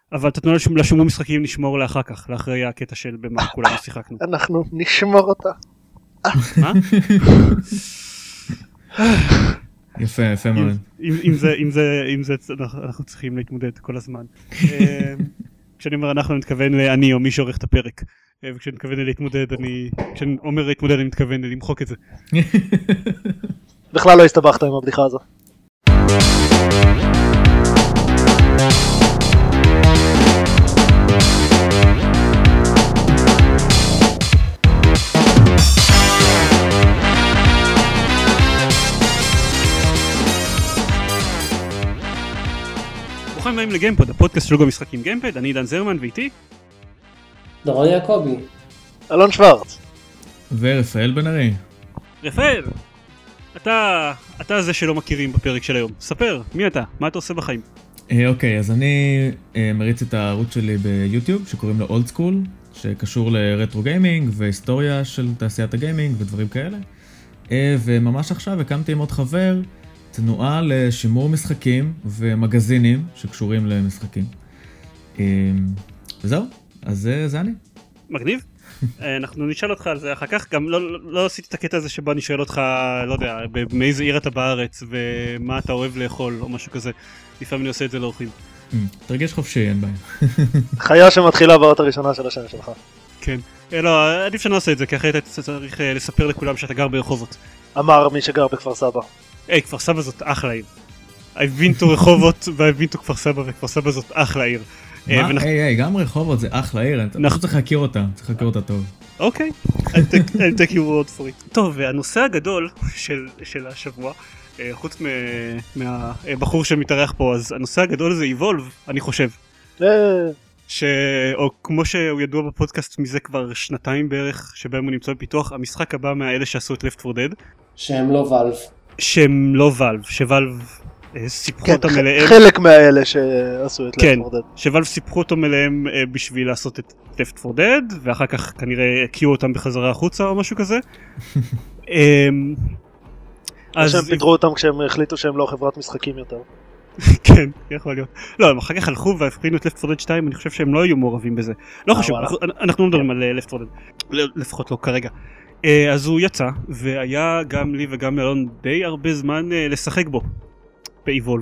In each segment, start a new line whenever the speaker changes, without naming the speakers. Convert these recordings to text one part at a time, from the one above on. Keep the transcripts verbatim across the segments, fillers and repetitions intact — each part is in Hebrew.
אבל תתנו לשומר משחקים נשמור לאחר כך, לאחרי הקטע של במה כולנו שיחקנו.
אנחנו נשמור אותה.
מה?
יפה, יפה מאוד.
אם זה, אם זה, אם זה, אנחנו צריכים להתמודד כל הזמן. כשאני אומר אנחנו, אני מתכוון לאני או מי שעורך את הפרק. וכשאני מתכוון להתמודד, אני, כשאני אומר להתמודד, אני מתכוון למחוק את זה.
בכלל לא הסתבכת עם הבדיחה הזו.
ברוכים הבאים לגיימפוד, הפודקאסט של גו משחקים גיימפד, אני עידן זרמן ואיתי
דורון יעקבי,
אלון שוורץ
ורפאל בן ארי.
רפאל, אתה, אתה זה שלא מכירים בפרק של היום, ספר, מי אתה? מה אתה עושה בחיים?
אוקיי, אז אני מריץ את הערוץ שלי ביוטיוב שקוראים לו אולד סקול, שקשור לרטרו גיימינג והיסטוריה של תעשיית הגיימינג ודברים כאלה. וממש עכשיו הקמתי עם עוד חבר תנועה לשימור משחקים ומגזינים שקשורים למשחקים. וזהו, אז זה, זה אני.
מגניב. אנחנו נשאל אותך על זה אחר כך, גם לא, לא עשיתי את הקטע הזה שבו אני שואל אותך, לא יודע, מאיזה עיר אתה בארץ ומה אתה אוהב לאכול או משהו כזה. לפעמים אני עושה את זה לאורחים.
תרגש חופשי, אין בעיה.
חיה שמתחילה באות הראשונה של השם שלך.
כן. לא, עדיף שאני לא עושה את זה, כי אחרי אתה צריך לספר לכולם שאתה גר ברחובות.
אמר מי שגר בכפר סבא.
היי, כפר סבא זאת אחלה עיר. I've been to רחובות ו-I've been to כפר סבא, וכפר סבא זאת אחלה עיר.
מה? היי, היי, גם רחובות זה אחלה עיר, אתה פשוט צריך להכיר אותה, צריך להכיר אותה טוב.
אוקיי, I'll take your word for it. טוב, והנושא הגדול של השבוע, חוץ מהבחור שמתארח פה, אז הנושא הגדול זה Evolve, אני חושב. או כמו שהוא ידוע בפודקאסט מזה כבר שנתיים בערך, שבהם הוא נמצא בפיתוח, המשחק הבא מהאלה שעשו את Left פור Dead.
שהם לא ואלב.
שהם לא ואלב, שוואלב סיפחו אותם אליהם.
חלק מהאלה שעשו את
כן,
Left פור Dead.
שוואלב סיפחו אותם אליהם בשביל לעשות את Left פור Dead, ואחר כך כנראה הקיעו אותם בחזרה החוצה או משהו כזה.
אז שהם פיתרו אותם כשהם החליטו שהם לא חברת משחקים יותר.
כן, יכול להיות. לא, הם אחר כך הלכו והפחינו את Left פור Dead שתיים, אני חושב שהם לא היו מעורבים בזה. לא חשוב, אנחנו לא מדברים על Left פור Dead, לפחות לא כרגע. אז הוא יצא, והיה גם לי וגם לאלון די הרבה זמן לשחק בו, באיבולב.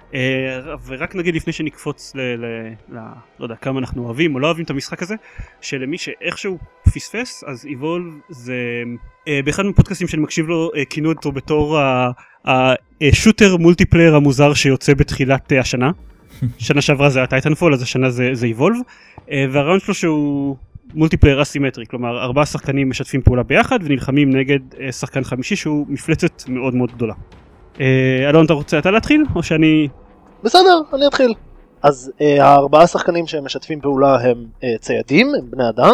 ורק נגיד לפני שנקפוץ ל... לא יודע, כמה אנחנו אוהבים או לא אוהבים את המשחק הזה, שלמי שאיכשהו פספס, אז איבולב זה... באחד מפודקאסטים שאני מקשיב לו, כינו אותו בתור השוטר מולטיפלייר המוזר שיוצא בתחילת השנה. שנה שעברה זה הטייטנפול, אז השנה זה איבולב. והרעיון שלו שהוא... מולטיפלייר אסימטרי, כלומר ארבעה שחקנים משתפים פעולה ביחד ונלחמים נגד שחקן חמישי שהוא מפלצת מאוד מאוד גדולה. אלון, אתה רוצה אתה להתחיל או שאני...
בסדר, אני אתחיל. אז הארבעה שחקנים שהם משתפים פעולה הם ציידים, הם בני אדם,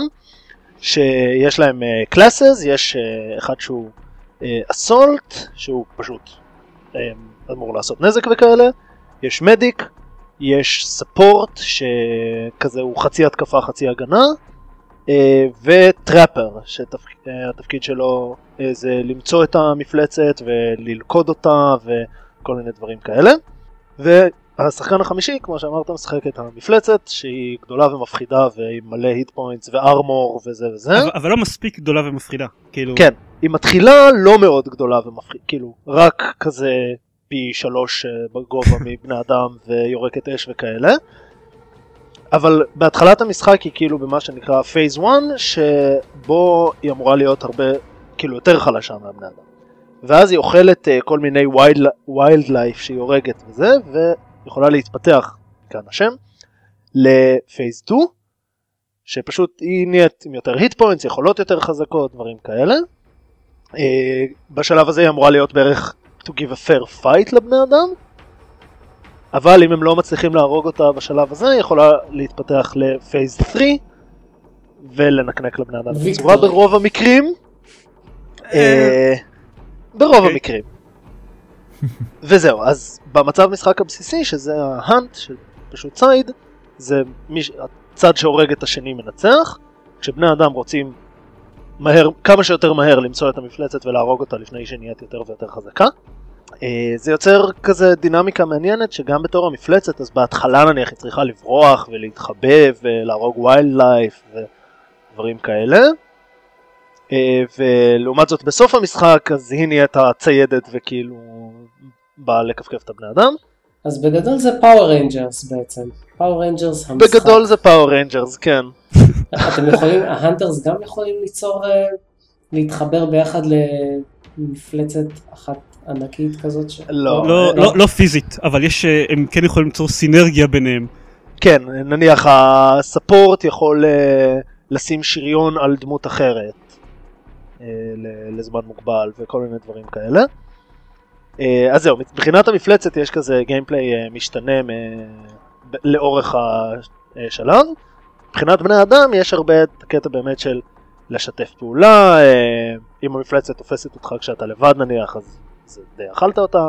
שיש להם קלאסס, יש אחד שהוא אסולט, שהוא פשוט אמור לעשות נזק וכאלה, יש מדיק, יש ספורט שכזה הוא חצי התקפה חצי הגנה, וטראפר, שהתפקיד שלו זה למצוא את המפלצת וללכוד אותה וכל מיני דברים כאלה. והשחקן החמישי, כמו שאמרת, משחק את המפלצת שהיא גדולה ומפחידה ועם מלא היט פוינטס וארמור וזה וזה.
אבל, אבל לא מספיק גדולה ומפחידה, כאילו.
כן, היא מתחילה לא מאוד גדולה ומפחידה, כאילו רק כזה פי שלוש בגובה מבני אדם ויורקת אש וכאלה. אבל בהתחלת המשחק היא כאילו במה שנקרא phase one, שבו היא אמורה להיות הרבה, כאילו יותר חלשה מהבני אדם. ואז היא אוכלת uh, כל מיני wild, wild life שהיא הורגת וזה, ויכולה להתפתח, כאן השם, ל-phase two, שפשוט היא נהיית עם יותר hit points, יכולות יותר חזקות, דברים כאלה. Uh, בשלב הזה היא אמורה להיות בערך to give a fair fight לבני אדם, אבל אם הם לא מצליחים להרוג אותה בשלב הזה, היא יכולה להתפתח לפייז שלוש, ולנקנק לבני אדם בצורה ברוב המקרים. ברוב המקרים. וזהו, אז במצב משחק הבסיסי, שזה ההאנט, שפשוט צייד, זה הצד שהורג את השני מנצח, כשבני אדם רוצים מהר, כמה שיותר מהר למצוא את המפלצת ולהרוג אותה לפני שנהיית יותר ויותר חזקה. זה יוצר כזה דינמיקה מעניינת שגם בתור המפלצת, אז בהתחלה נניח היא צריכה לברוח ולהתחבב ולהרוג ווילד לייף ודברים כאלה. ולעומת זאת בסוף המשחק אז היא נהיית הציידת וכאילו באה לקפקף את הבני אדם.
אז בגדול זה פאוור ריינג'רס בעצם. פאוור ריינג'רס המשחק.
בגדול זה פאוור ריינג'רס, כן.
אתם יכולים, ההנטרס גם יכולים ליצור, להתחבר ביחד למפלצת אחת ענקית כזאת? ש...
לא,
לא, לא, לא פיזית, אבל יש, הם כן יכולים ליצור סינרגיה ביניהם.
כן, נניח הספורט יכול לשים שריון על דמות אחרת לזמן מוגבל וכל מיני דברים כאלה. אז זהו, מבחינת המפלצת יש כזה גיימפליי משתנה לאורך השלב. מבחינת בני אדם יש הרבה קטע באמת של לשתף פעולה, אם המפלצת תופסת אותך כשאתה לבד נניח אז זה די אכלת אותה,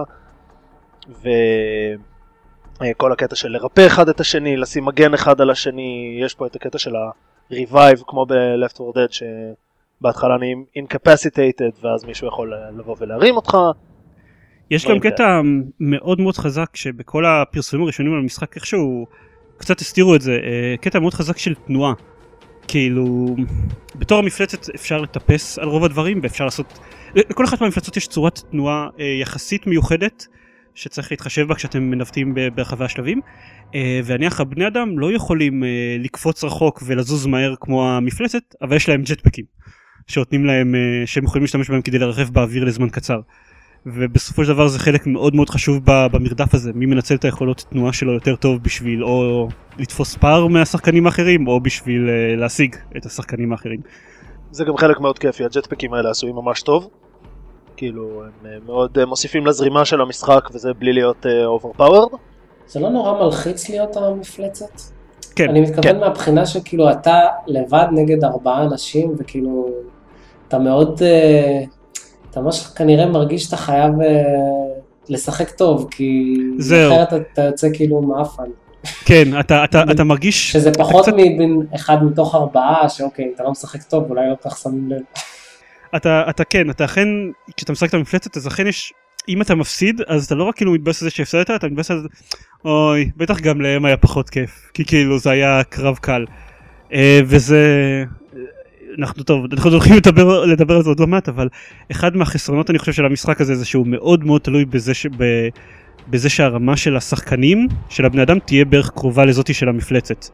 וכל הקטע של לרפא אחד את השני, לשים מגן אחד על השני, יש פה את הקטע של ה-revive כמו ב-Left four Dead שבהתחלה אני incapacitated ואז מישהו יכול לבוא ולהרים אותך.
יש גם קטע מאוד מאוד חזק שבכל הפרסומים הראשונים על המשחק איכשהו קצת הסתירו את זה, קטע מאוד חזק של תנועה. כאילו, בתור המפלצת אפשר לטפס על רוב הדברים ואפשר לעשות, לכל אחת מהמפלצות יש צורת תנועה יחסית מיוחדת שצריך להתחשב בה כשאתם מנווטים ברחבי השלבים, והניח הבני אדם לא יכולים לקפוץ רחוק ולזוז מהר כמו המפלצת, אבל יש להם ג'טפקים שנותנים להם, שהם יכולים להשתמש בהם כדי לרחב באוויר לזמן קצר. ובסופו של דבר זה חלק מאוד מאוד חשוב במרדף הזה, מי מנצל את היכולות תנועה שלו יותר טוב בשביל או לתפוס פער מהשחקנים האחרים או בשביל להשיג את השחקנים האחרים. זה
גם חלק מאוד כיפי, הג'טפקים האלה עשויים ממש טוב, כאילו הם מאוד מוסיפים לזרימה של המשחק וזה בלי להיות overpowered.
זה לא נורא מלחיץ להיות המפלצת?
כן.
אני מתכוון
כן.
מהבחינה שכאילו אתה לבד נגד ארבעה אנשים וכאילו אתה מאוד... אתה ממש כנראה מרגיש שאתה חייב לשחק טוב, כי אחרת אתה יוצא כאילו מאפן.
כן, אתה, אתה, אתה מרגיש...
שזה פחות מבין אחד מתוך ארבעה, שאוקיי, אתה לא משחק טוב, אולי לא כך שמים לב.
אתה, אתה כן, אתה אכן, כשאתה משחק את המפלצת, אז אכן יש, אם אתה מפסיד, אז אתה לא רק כאילו מתבאס על זה שהפסדת, אתה מתבאס על זה, אוי, בטח גם להם היה פחות כיף, כי כאילו זה היה קרב קל. וזה... אנחנו טוב, אנחנו הולכים לדבר, לדבר על זה עוד לא מעט, אבל אחד מהחסרונות אני חושב של המשחק הזה זה שהוא מאוד מאוד תלוי בזה, ש, בזה שהרמה של השחקנים, של הבני אדם, תהיה בערך קרובה לזאתי של המפלצת.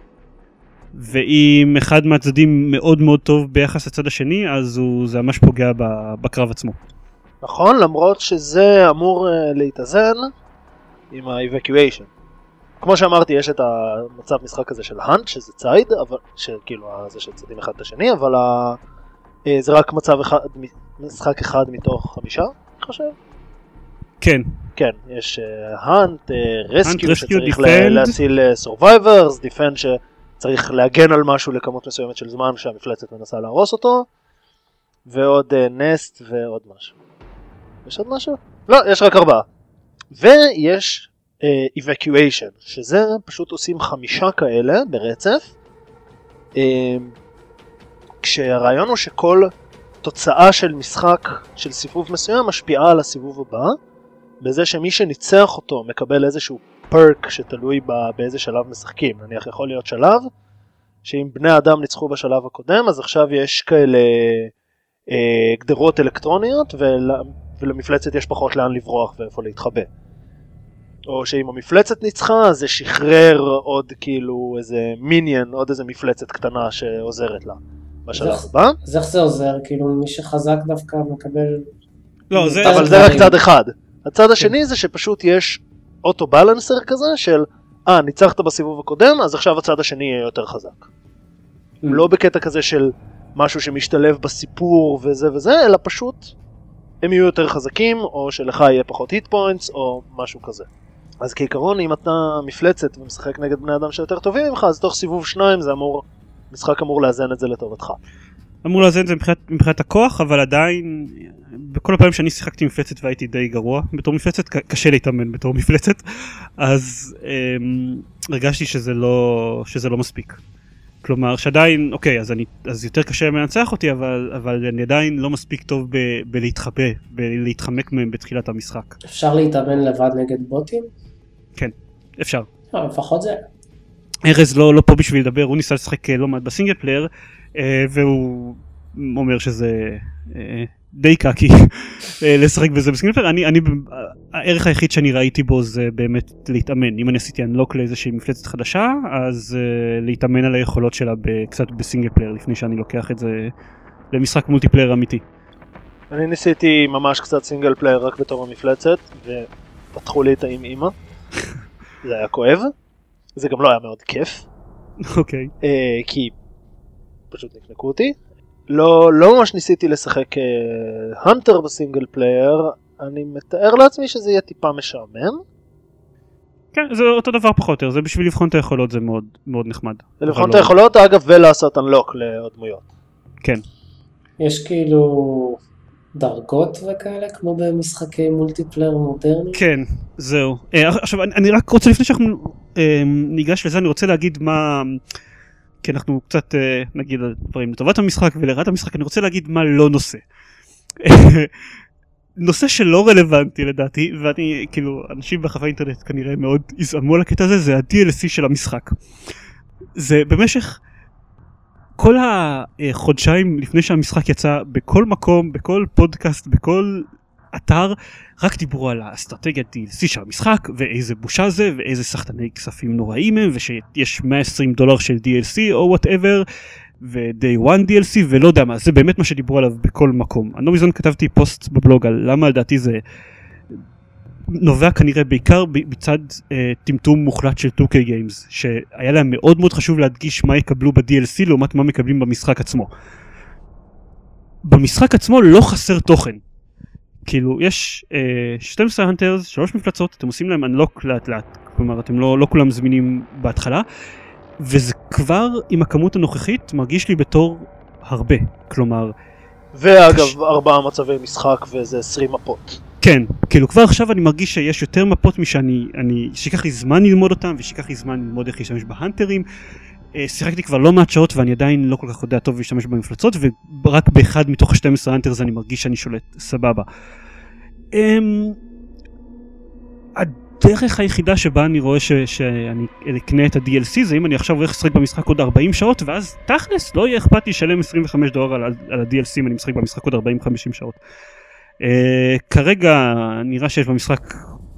ואם אחד מהצדדים מאוד מאוד טוב ביחס לצד השני, אז הוא, זה ממש פוגע בקרב עצמו.
נכון, למרות שזה אמור להתאזן עם ה-evacuation. כמו שאמרתי, יש את המצב משחק הזה של האנט, שזה צייד, אבל, שכאילו זה של צדים אחד את השני, אבל ה... זה רק מצב אחד, משחק אחד מתוך חמישה, אני חושב?
כן.
כן, יש האנט, רסקיו שצריך להציל סורווייברס, דיפנד שצריך להגן על משהו לכמות מסוימת של זמן שהמפלצת מנסה להרוס אותו, ועוד נסט ועוד משהו. יש עוד משהו? לא, יש רק ארבעה. ויש... Uh, evacuation, שזה פשוט עושים חמישה כאלה ברצף, uh, כשהרעיון הוא שכל תוצאה של משחק של סיבוב מסוים משפיעה על הסיבוב הבא, בזה שמי שניצח אותו מקבל איזשהו פרק שתלוי בא, באיזה שלב משחקים. נניח יכול להיות שלב שאם בני אדם ניצחו בשלב הקודם, אז עכשיו יש כאלה uh, גדרות אלקטרוניות ול, ולמפלצת יש פחות לאן לברוח ואיפה להתחבא. או שאם המפלצת ניצחה, זה שחרר עוד כאילו איזה מיניאן, עוד איזה מפלצת קטנה שעוזרת לה בשלב הבא.
אז איך זה עוזר? כאילו מי שחזק דווקא מקבל...
לא, זה...
אבל זה רק צד אחד. הצד השני זה שפשוט יש אוטו בלנסר כזה של, אה, ניצחת בסיבוב הקודם, אז עכשיו הצד השני יהיה יותר חזק. לא בקטע כזה של משהו שמשתלב בסיפור וזה וזה, אלא פשוט הם יהיו יותר חזקים, או שלך יהיה פחות היט פוינטס, או משהו כזה. אז כעיקרון, אם אתה מפלצת ומשחק נגד בני אדם שיותר טובים ממך, אז תוך סיבוב שניים זה אמור, משחק אמור לאזן את זה לטובתך.
אמור לאזן את זה מבחינת, מבחינת הכוח, אבל עדיין, בכל הפעמים שאני שיחקתי מפלצת והייתי די גרוע, בתור מפלצת קשה להתאמן בתור מפלצת, אז אמ, הרגשתי שזה לא, שזה לא מספיק. כלומר שעדיין, אוקיי, אז, אני, אז יותר קשה לנצח אותי, אבל, אבל אני עדיין לא מספיק טוב ב, בלהתחבא, בלהתחמק מהם בתחילת המשחק.
אפשר להתאמן לבד נגד בוטים?
כן, אפשר.
לא, לפחות זה.
ארז לא, לא פה בשביל לדבר, הוא ניסה לשחק לא מעט בסינגל פלייר, והוא אומר שזה די קאקי לשחק בזה בסינגל פלייר. אני, אני, הערך היחיד שאני ראיתי בו זה באמת להתאמן. אם אני עשיתי אנלוק לאיזושהי מפלצת חדשה, אז להתאמן על היכולות שלה קצת בסינגל פלייר, לפני שאני לוקח את זה למשחק מולטיפלייר אמיתי.
אני ניסיתי ממש קצת סינגל פלייר רק בתור המפלצת, ופתחו לי את האם אימא. זה היה כואב. זה גם לא היה מאוד כיף.
אוקיי.
Okay. Uh, כי פשוט נקנקו אותי. לא, לא ממש ניסיתי לשחק הנטר uh, בסינגל פלייר. אני מתאר לעצמי שזה יהיה טיפה משעמם.
כן, זה אותו דבר פחות או יותר. זה בשביל לבחון את היכולות, זה מאוד, מאוד נחמד.
לבחון את
לא...
היכולות, אגב, ולעשות אנלוק לעוד דמויות.
כן.
יש כאילו דרגות וכאלה, כמו במשחקי מולטיפלייר מודרני?
כן, זהו. Uh, עכשיו, אני, אני רק רוצה לפני שאנחנו... ניגש לזה, אני רוצה להגיד מה, כי אנחנו קצת נגיד דברים לטובת המשחק ולרעת המשחק, אני רוצה להגיד מה לא נושא. נושא שלא רלוונטי לדעתי, ואני, כאילו, אנשים בחווה אינטרנט כנראה מאוד יזעמו על הקטע הזה, זה ה-די אל סי של המשחק. זה במשך כל החודשיים לפני שהמשחק יצא, בכל מקום, בכל פודקאסט, בכל אתר, רק דיברו על האסטרטגיית די אל סי של המשחק, ואיזה בושה זה, ואיזה סחטני כספים נוראים הם, ושיש מאה ועשרים דולר של די אל סי, או whatever, ו-Day one די אל סי, ולא יודע מה, זה באמת מה שדיברו עליו בכל מקום. אני לא מזמן כתבתי פוסט בבלוג על למה לדעתי זה נובע כנראה בעיקר בצד אה, טמטום מוחלט של טו קיי Games, שהיה להם מאוד מאוד חשוב להדגיש מה יקבלו ב-די אל סי, לעומת מה מקבלים במשחק עצמו. במשחק עצמו לא חסר תוכן. כאילו, יש אה, שתים עשרה Hunters, שלוש מפלצות, אתם עושים להם אנלוק לאט לאט, כלומר, אתם לא, לא כולם זמינים בהתחלה, וזה כבר, עם הכמות הנוכחית, מרגיש לי בתור הרבה, כלומר...
ואגב, קש... ארבעה מצבי משחק וזה עשרים מפות.
כן, כאילו, כבר עכשיו אני מרגיש שיש יותר מפות משאני, אני, שיקח לי זמן ללמוד אותם, ושיקח לי זמן ללמוד איך להשתמש בהנטרים, שיחקתי כבר לא מעט שעות ואני עדיין לא כל כך יודע טוב להשתמש במפלצות, ורק באחד מתוך ה-שתים עשרה האנטרס אני מרגיש שאני שולט סבבה. הדרך היחידה שבה אני רואה שאני אקנה את ה-די אל סי זה אם אני עכשיו הולך לשחק במשחק עוד ארבעים שעות, ואז תכלס לא יהיה אכפת לי לשלם עשרים וחמישה דולר על ה-די אל סי אם אני משחק במשחק עוד ארבעים חמישים שעות. כרגע נראה שיש במשחק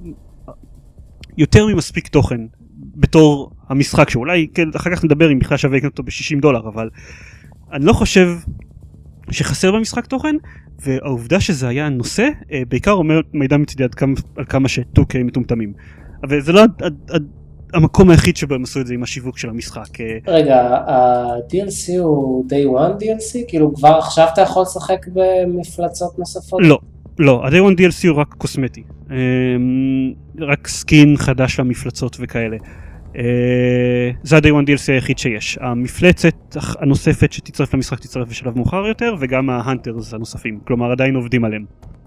יותר ממספיק תוכן בתור המשחק, שאולי אחר כך נדבר אם בכלל שווה לקנות אותו ב-שישים דולר, אבל אני לא חושב שחסר במשחק תוכן, והעובדה שזה היה נושא, בעיקר אומר מידע מצידי עד כמה, על כמה ש-טו קיי מטומטמים. אבל זה לא עד, עד, עד, המקום היחיד שבו הם עשו את זה עם השיווק של המשחק.
רגע, ה-די אל סי הוא Day one די אל סי? כאילו כבר עכשיו אתה יכול לשחק במפלצות נוספות?
לא. לא, ה-Day one די אל סי הוא רק קוסמטי, רק סקין חדש למפלצות וכאלה. זה ה-Day one די אל סי היחיד שיש. המפלצת הנוספת שתצטרף למשחק תצטרף בשלב מאוחר יותר, וגם ההנטרס הנוספים, כלומר עדיין עובדים עליהם.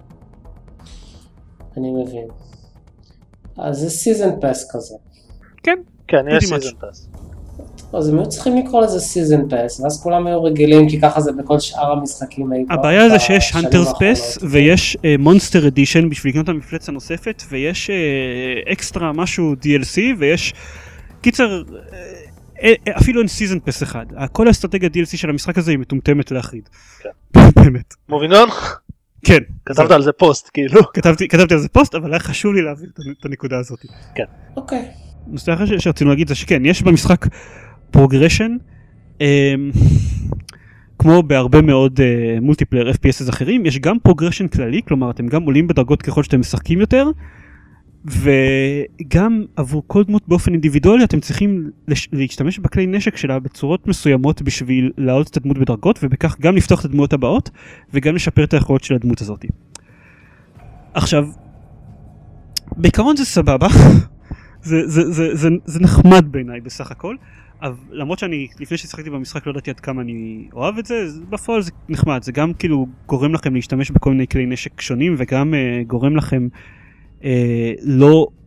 אני מבין. אז זה סיזן פאס כזה.
כן.
כן, יש סיזן פאס.
אז הם היו צריכים לקרוא לזה סיזן פאס, ואז כולם היו רגילים, כי ככה זה בכל שאר המשחקים.
הבעיה זה שיש הנטרס פאס, ויש מונסטר אדישן בשביל לקנות את המפלצת הנוספת, ויש אקסטרה משהו די אל סי, ויש קיצר, אפילו אין סיזן פאס אחד. כל האסטרטגיה די אל סי של המשחק הזה היא מטומטמת להחריד. באמת.
מובינון?
כן.
כתבת על זה פוסט, כאילו.
כתבתי על זה פוסט, אבל היה חשוב לי להעביר את הנקודה הזאת.
כן.
אוקיי.
נושא אחר שרצינו להגיד זה שכן, יש במשחק פרוגרשן, כמו בהרבה מאוד מולטיפלייר אף פי אס אחרים, יש גם פרוגרשן כללי, כלומר אתם גם עולים בדרגות ככל שאתם משחקים יותר, וגם עבור כל דמות באופן אינדיבידואלי אתם צריכים להשתמש בכלי נשק שלה בצורות מסוימות בשביל להעלות את הדמות בדרגות, ובכך גם לפתוח את הדמות הבאות, וגם לשפר את היכולות של הדמות הזאת. עכשיו, בעיקרון זה סבבה, זה, זה, זה, זה, זה נחמד בעיניי בסך הכל, אבל למרות שאני לפני ששחקתי במשחק לא ידעתי עד כמה אני אוהב את זה, בפועל זה נחמד, זה גם כאילו גורם לכם להשתמש בכל מיני כלי נשק שונים, וגם uh, גורם לכם uh, לא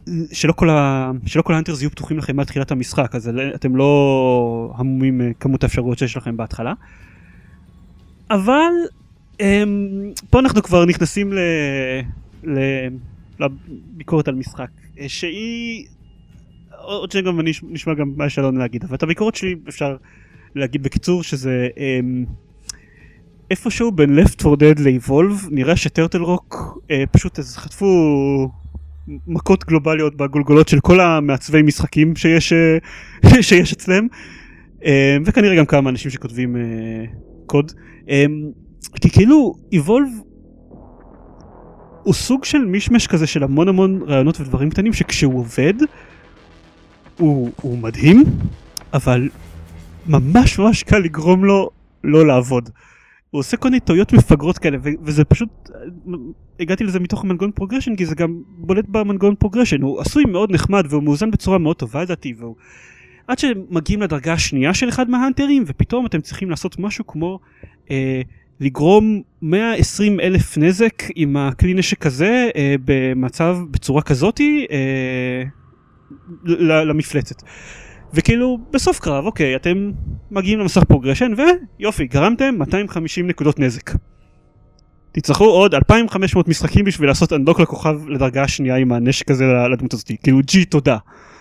שלא כל, ה... שלא כל האנטרס יהיו פתוחים לכם עד תחילת המשחק, אז אתם לא המומים כמות האפשרויות שיש לכם בהתחלה. אבל פה אנחנו כבר נכנסים ל... ל... לביקורת על משחק, שהיא, עוד שגם אני נשמע גם מה שלא להגיד, אבל את הביקורת שלי אפשר להגיד בקיצור שזה איפשהו בין Left four Dead ל-Evolve, נראה שטרטל רוק פשוט אז חטפו מכות גלובליות בגולגולות של כל המעצבי משחקים שיש, שיש אצלם, וכנראה גם כמה אנשים שכותבים קוד, כי כאילו Evolve הוא סוג של מישמש כזה של המון המון רעיונות ודברים קטנים שכשהוא עובד הוא, הוא מדהים, אבל ממש ממש קל לגרום לו לא לעבוד. הוא עושה כל מיני טעויות מפגרות כאלה, וזה פשוט, הגעתי לזה מתוך המנגנון פרוגרשן, כי זה גם בולט במנגנון פרוגרשן, הוא עשוי מאוד נחמד, והוא מאוזן בצורה מאוד טובה לדעתי, והוא... עד שמגיעים לדרגה השנייה של אחד מההנטרים, ופתאום אתם צריכים לעשות משהו כמו אה, לגרום מאה ועשרים אלף נזק עם הכלי נשק הזה, אה, במצב, בצורה כזאת, אה, למפלצת. וכאילו בסוף קרב, אוקיי, אתם מגיעים למסך פרוגרשן ויופי, גרמתם מאתיים וחמישים נקודות נזק. תצטרכו עוד אלפיים וחמש מאות משחקים בשביל לעשות אנדוק לכוכב לדרגה השנייה עם הנשק הזה לדמות הזאת, כאילו ג'י תודה.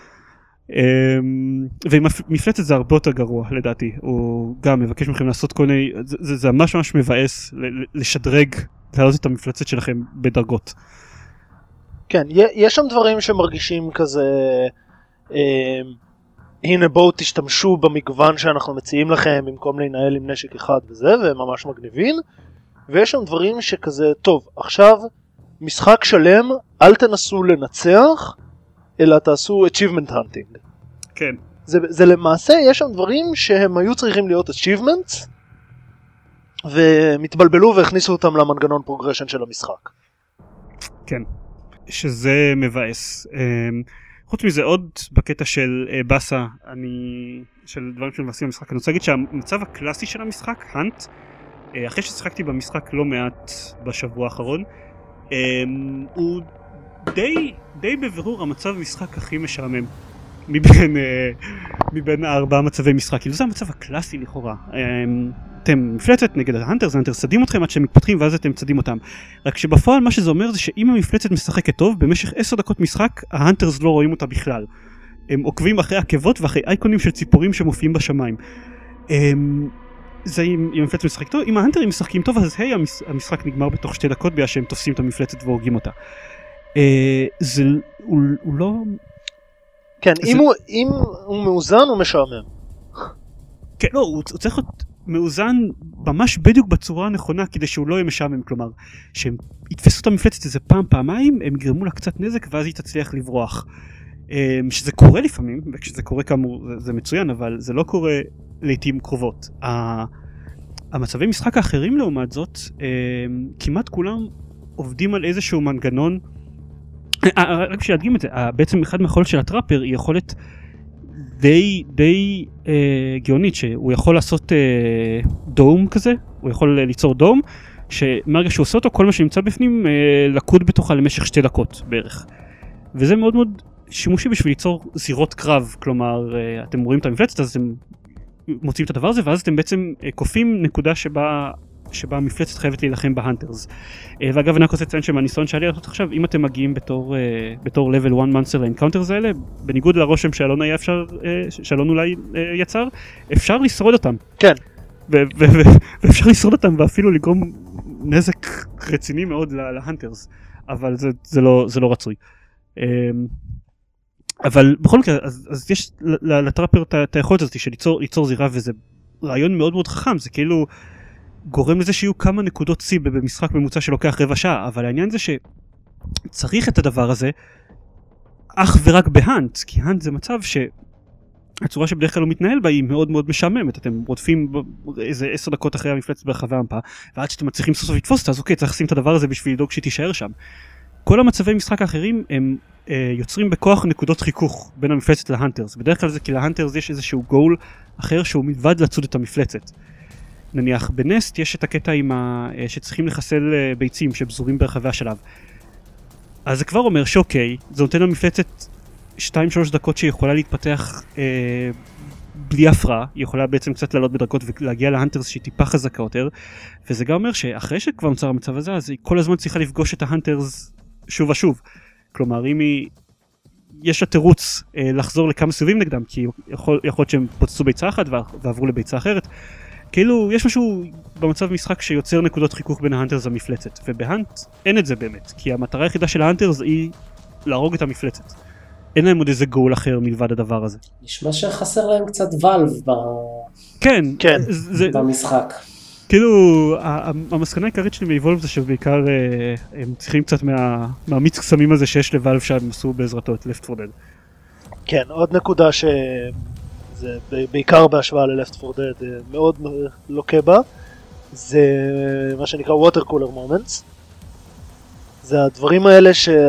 ועם מפלצת זה הרבה יותר גרוע לדעתי, הוא גם מבקש מכם לעשות כל מיני, זה, זה ממש ממש מבאס לשדרג, להעלות את המפלצת שלכם בדרגות.
כן, יש שם דברים שמרגישים כזה, הנה בואו תשתמשו במגוון שאנחנו מציעים לכם במקום להנהל עם נשק אחד וזה, וממש מגניבים. ויש שם דברים שכזה, טוב, עכשיו משחק שלם, אל תנסו לנצח, אלא תעשו achievement hunting.
כן.
זה, זה למעשה, יש שם דברים שהם היו צריכים להיות achievements, ומתבלבלו והכניסו אותם למנגנון פרוגרשן של המשחק.
כן, שזה מבאס. חוץ מזה עוד בקטע של בסה, אני, של דברים שמבאסים במשחק, אני רוצה להגיד שהמצב הקלאסי של המשחק, האנט, אחרי ששחקתי במשחק לא מעט בשבוע האחרון, הוא די, די בבירור המצב המשחק הכי משעמם מבין, מבין ארבעה מצבי משחק. כאילו זה המצב הקלאסי לכאורה. אתם מפלצת נגד ההנטרס, ההנטרס צדים אתכם עד שהם מתפתחים ואז אתם צדים אותם. רק שבפועל מה שזה אומר זה שאם המפלצת משחקת טוב, במשך עשר דקות משחק ההנטרס לא רואים אותה בכלל. הם עוקבים אחרי עקבות ואחרי אייקונים של ציפורים שמופיעים בשמיים. זה אם המפלצת משחק טוב, אם ההנטרים משחקים טוב אז היי, המשחק נגמר בתוך שתי דקות בגלל שהם תופסים את המפלצת והורגים אותה. זה, הוא לא...
כן, אם הוא מאוזן הוא משעמם.
כן, לא, הוא צריך להיות מאוזן ממש בדיוק בצורה הנכונה כדי שהוא לא יהיה משעמם, כלומר, שהם יתפסו את המפלצת איזה פעם, פעמיים, הם יגרמו לה קצת נזק ואז היא תצליח לברוח. שזה קורה לפעמים, וכשזה קורה כאמור זה מצוין, אבל זה לא קורה לעתים קרובות. המצבי משחק האחרים לעומת זאת, כמעט כולם עובדים על איזשהו מנגנון, רק בשביל להדגים את זה, בעצם אחד מהיכולות של הטראפר היא יכולת די, די אה, גאונית, שהוא יכול לעשות אה, דום כזה, הוא יכול ליצור דום, שמרגע שהוא עושה אותו, כל מה שנמצא בפנים אה, לקוד בתוכה למשך שתי דקות בערך. וזה מאוד מאוד שימושי בשביל ליצור זירות קרב, כלומר, אה, אתם רואים את המפלצת, אז אתם מוצאים את הדבר הזה, ואז אתם בעצם אה, קופים נקודה שבה... שבה המפלצת חייבת להילחם בהנטרס. ואגב, אני רק רוצה לציין שמהניסיון שעלי לעשות עכשיו, אם אתם מגיעים בתור, בתור level one monster לאנקאונטרס האלה, בניגוד לרושם שאלון היה אפשר, שאלון אולי יצר, אפשר לשרוד אותם.
כן.
ואפשר לשרוד אותם ואפילו לגרום נזק רציני מאוד להנטרס. אבל זה, זה לא, זה לא רצוי. אבל בכל מקרה, אז, אז יש לטראפר את היכולת הזאת של ליצור, ליצור זירה, וזה רעיון מאוד מאוד חכם, זה כאילו גורם לזה שיהיו כמה נקודות צי במשחק ממוצע שלוקח רבע שעה, אבל העניין זה שצריך את הדבר הזה אך ורק בהאנט, כי האנט זה מצב שהצורה שבדרך כלל הוא מתנהל בה היא מאוד מאוד משעממת, אתם רודפים איזה עשר דקות אחרי המפלצת ברחבי המפה, ועד שאתם מצליחים סוף סוף לתפוס אותה, אז אוקיי, צריך לשים את הדבר הזה בשביל לדאוג שהיא תישאר שם. כל המצבי משחק האחרים הם אה, יוצרים בכוח נקודות חיכוך בין המפלצת להנטרס, בדרך כלל זה כי להנטרס יש איזשהו גול אחר שהוא מלבד לצוד את המפלצת. נניח בנסט יש את הקטע עם ה... שצריכים לחסל ביצים שבזורים ברחבי השלב. אז זה כבר אומר שאוקיי, זה נותן למפלצת שתיים שלוש דקות שיכולה להתפתח אה, בלי הפרעה, היא יכולה בעצם קצת לעלות בדרגות ולהגיע להנטרס שהיא טיפה חזקה יותר, וזה גם אומר שאחרי שכבר נוצר המצב הזה, אז היא כל הזמן צריכה לפגוש את ההנטרס שוב ושוב. כלומר, אם היא, יש לה תירוץ אה, לחזור לכמה סיבובים נגדם, כי יכול, יכול להיות שהם פוצצו ביצה אחת ועברו לביצה אחרת, כאילו יש משהו במצב משחק שיוצר נקודות חיכוך בין ההנטרס למפלצת, ובהאנט אין את זה באמת, כי המטרה היחידה של ההנטרס היא להרוג את המפלצת. אין להם עוד איזה גול אחר מלבד הדבר הזה.
נשמע שחסר להם קצת ולב ב...
כן,
כן.
זה,
במשחק.
כאילו, המסקנה העיקרית שלי מאיבולב זה שבעיקר הם צריכים קצת מה, מהמיץ קסמים הזה שיש לוולב שהם עשו בעזרתו את Left four Dead.
כן, עוד נקודה שזה בעיקר בהשוואה ל-Left four Dead מאוד לוקה בה, זה מה שנקרא water cooler moments. זה הדברים האלה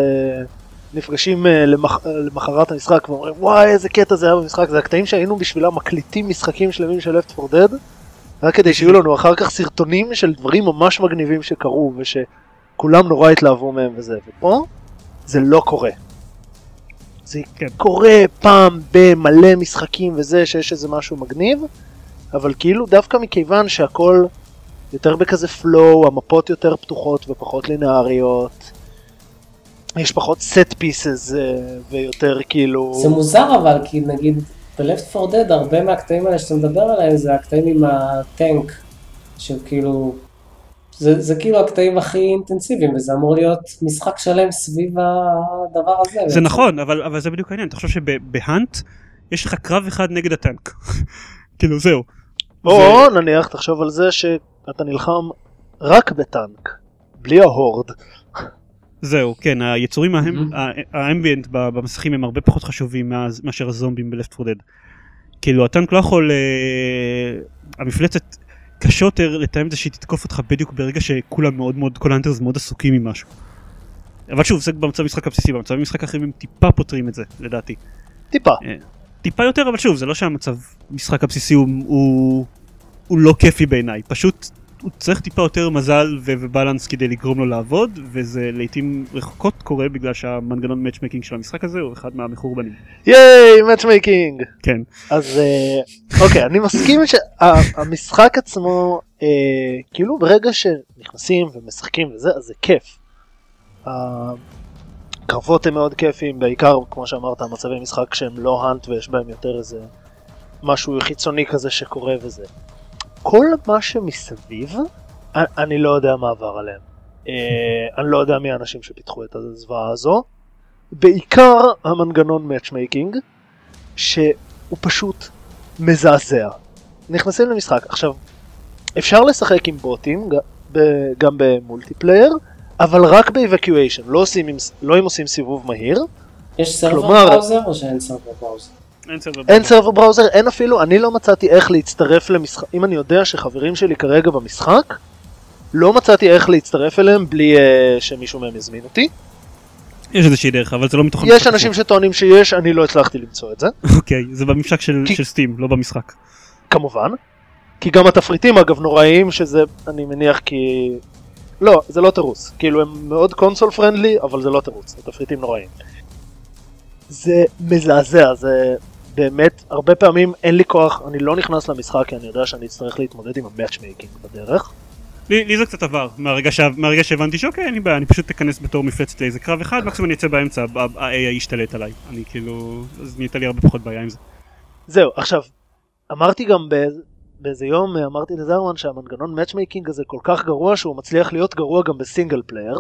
שנפגשים למח... למחרת המשחק ואומרים וואי איזה קטע זה היה במשחק, זה הקטעים שהיינו בשבילם מקליטים משחקים שלמים של Left four Dead, רק כדי שיהיו לנו אחר כך סרטונים של דברים ממש מגניבים שקרו ושכולם נורא התלהבו מהם וזה, ופה זה לא קורה. זה כן. קורה פעם במלא משחקים וזה שיש איזה משהו מגניב, אבל כאילו דווקא מכיוון שהכל יותר בכזה פלואו, המפות יותר פתוחות ופחות לינאריות, יש פחות set pieces ויותר כאילו...
זה מוזר אבל, כי נגיד ב-Left four Dead הרבה מהקטעים האלה שאתה מדבר עליהם זה הקטעים עם הטנק, שכאילו... זה, זה כאילו הקטעים הכי אינטנסיביים, וזה אמור להיות משחק שלם סביב הדבר הזה.
זה בעצם. נכון, אבל, אבל זה בדיוק העניין. אתה חושב שבהאנט יש לך קרב אחד נגד הטנק. כאילו זהו.
או זה... נניח, תחשוב על זה שאתה נלחם רק בטנק, בלי ההורד.
זהו, כן, היצורים האמביאנט במסכים הם הרבה פחות חשובים מאשר הזומבים ב-Left four Dead. כאילו, הטנק לא יכול... המפלצת קשה יותר לתאם את זה שהיא תתקוף אותך בדיוק ברגע שכולם מאוד מאוד, כל האנטרס מאוד עסוקים עם משהו. אבל שוב, זה במצב משחק הבסיסי, במצב משחק אחרים הם טיפה פותרים את זה, לדעתי.
טיפה.
טיפה יותר, אבל שוב, זה לא שהמצב משחק הבסיסי הוא, הוא, הוא לא כיפי בעיניי, פשוט הוא צריך טיפה יותר מזל ובלנס כדי לגרום לו לעבוד, וזה לעתים רחוקות קורה בגלל שהמנגנון מאצ'מייקינג של המשחק הזה הוא אחד מהמחורבנים.
ייי, מאצ'מייקינג!
כן.
אז אוקיי, אני מסכים שהמשחק עצמו, כאילו ברגע שנכנסים ומשחקים וזה, אז זה כיף. הקרבות הם מאוד כיפים, בעיקר כמו שאמרת, מצבי משחק שהם לא האנט ויש בהם יותר איזה משהו חיצוני כזה שקורה וזה. כל מה שמסביב, אני לא יודע מה עבר עליהם. אני לא יודע מי האנשים שפיתחו את הזוועה הזו. בעיקר המנגנון מאצ'מייקינג, שהוא פשוט מזעזע. נכנסים למשחק. עכשיו, אפשר לשחק עם בוטים, גם במולטיפלייר, אבל רק באבקיואשן. לא עושים, לא אם עושים סיבוב מהיר.
יש סרבר בראוזר או שאין סרבר בראוזר?
אין סרבר בראוזר, אין אפילו, אני לא מצאתי איך להצטרף למשחק, אם אני יודע שחברים שלי כרגע במשחק, לא מצאתי איך להצטרף אליהם בלי uh, שמישהו מהם יזמין אותי.
יש איזושהי דרך, אבל זה לא מתוך...
יש אנשים שטוענים שיש, אני לא הצלחתי למצוא את זה.
אוקיי, זה בממשק של,
כי...
של סטים, לא במשחק.
כמובן, כי גם התפריטים אגב נוראים, שזה אני מניח כי... לא, זה לא תירוץ, כאילו הם מאוד קונסול פרנדלי, אבל זה לא תירוץ, התפריטים נוראים. זה מזעזע, זה באמת, הרבה פעמים אין לי כוח, אני לא נכנס למשחק כי אני יודע שאני אצטרך להתמודד עם המאצ'מייקינג בדרך.
לי, לי זה קצת עבר, מהרגע, ש... מהרגע שהבנתי שאוקיי, אין לי בעיה, אני פשוט אכנס בתור מפלצת לאיזה קרב אחד, מקסימום אני אצא באמצע, ה-איי איי ישתלט עליי, אני כאילו, אז נהייתה לי הרבה פחות בעיה עם זה.
זהו, עכשיו, אמרתי גם באיזה, באיזה יום, אמרתי לזרמן שהמנגנון מאצ'מייקינג הזה כל כך גרוע, שהוא מצליח להיות גרוע גם בסינגל פלייר,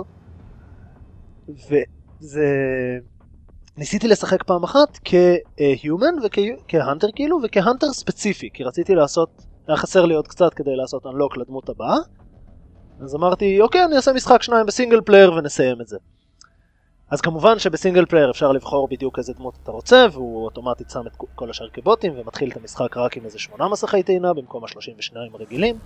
וזה... ניסיתי לשחק פעם אחת כ-human וכהנטר כאילו, וכהנטר ספציפי, כי רציתי לעשות, היה חסר לי עוד קצת כדי לעשות unlock לדמות הבאה, אז אמרתי, אוקיי, אני אעשה משחק שניים בסינגל פלייר ונסיים את זה. אז כמובן שבסינגל פלייר אפשר לבחור בדיוק איזה דמות אתה רוצה, והוא אוטומטית שם את כל השאר כבוטים, ומתחיל את המשחק רק עם איזה שמונה מסכי טעינה, במקום ה-שלושים ושניים הרגילים.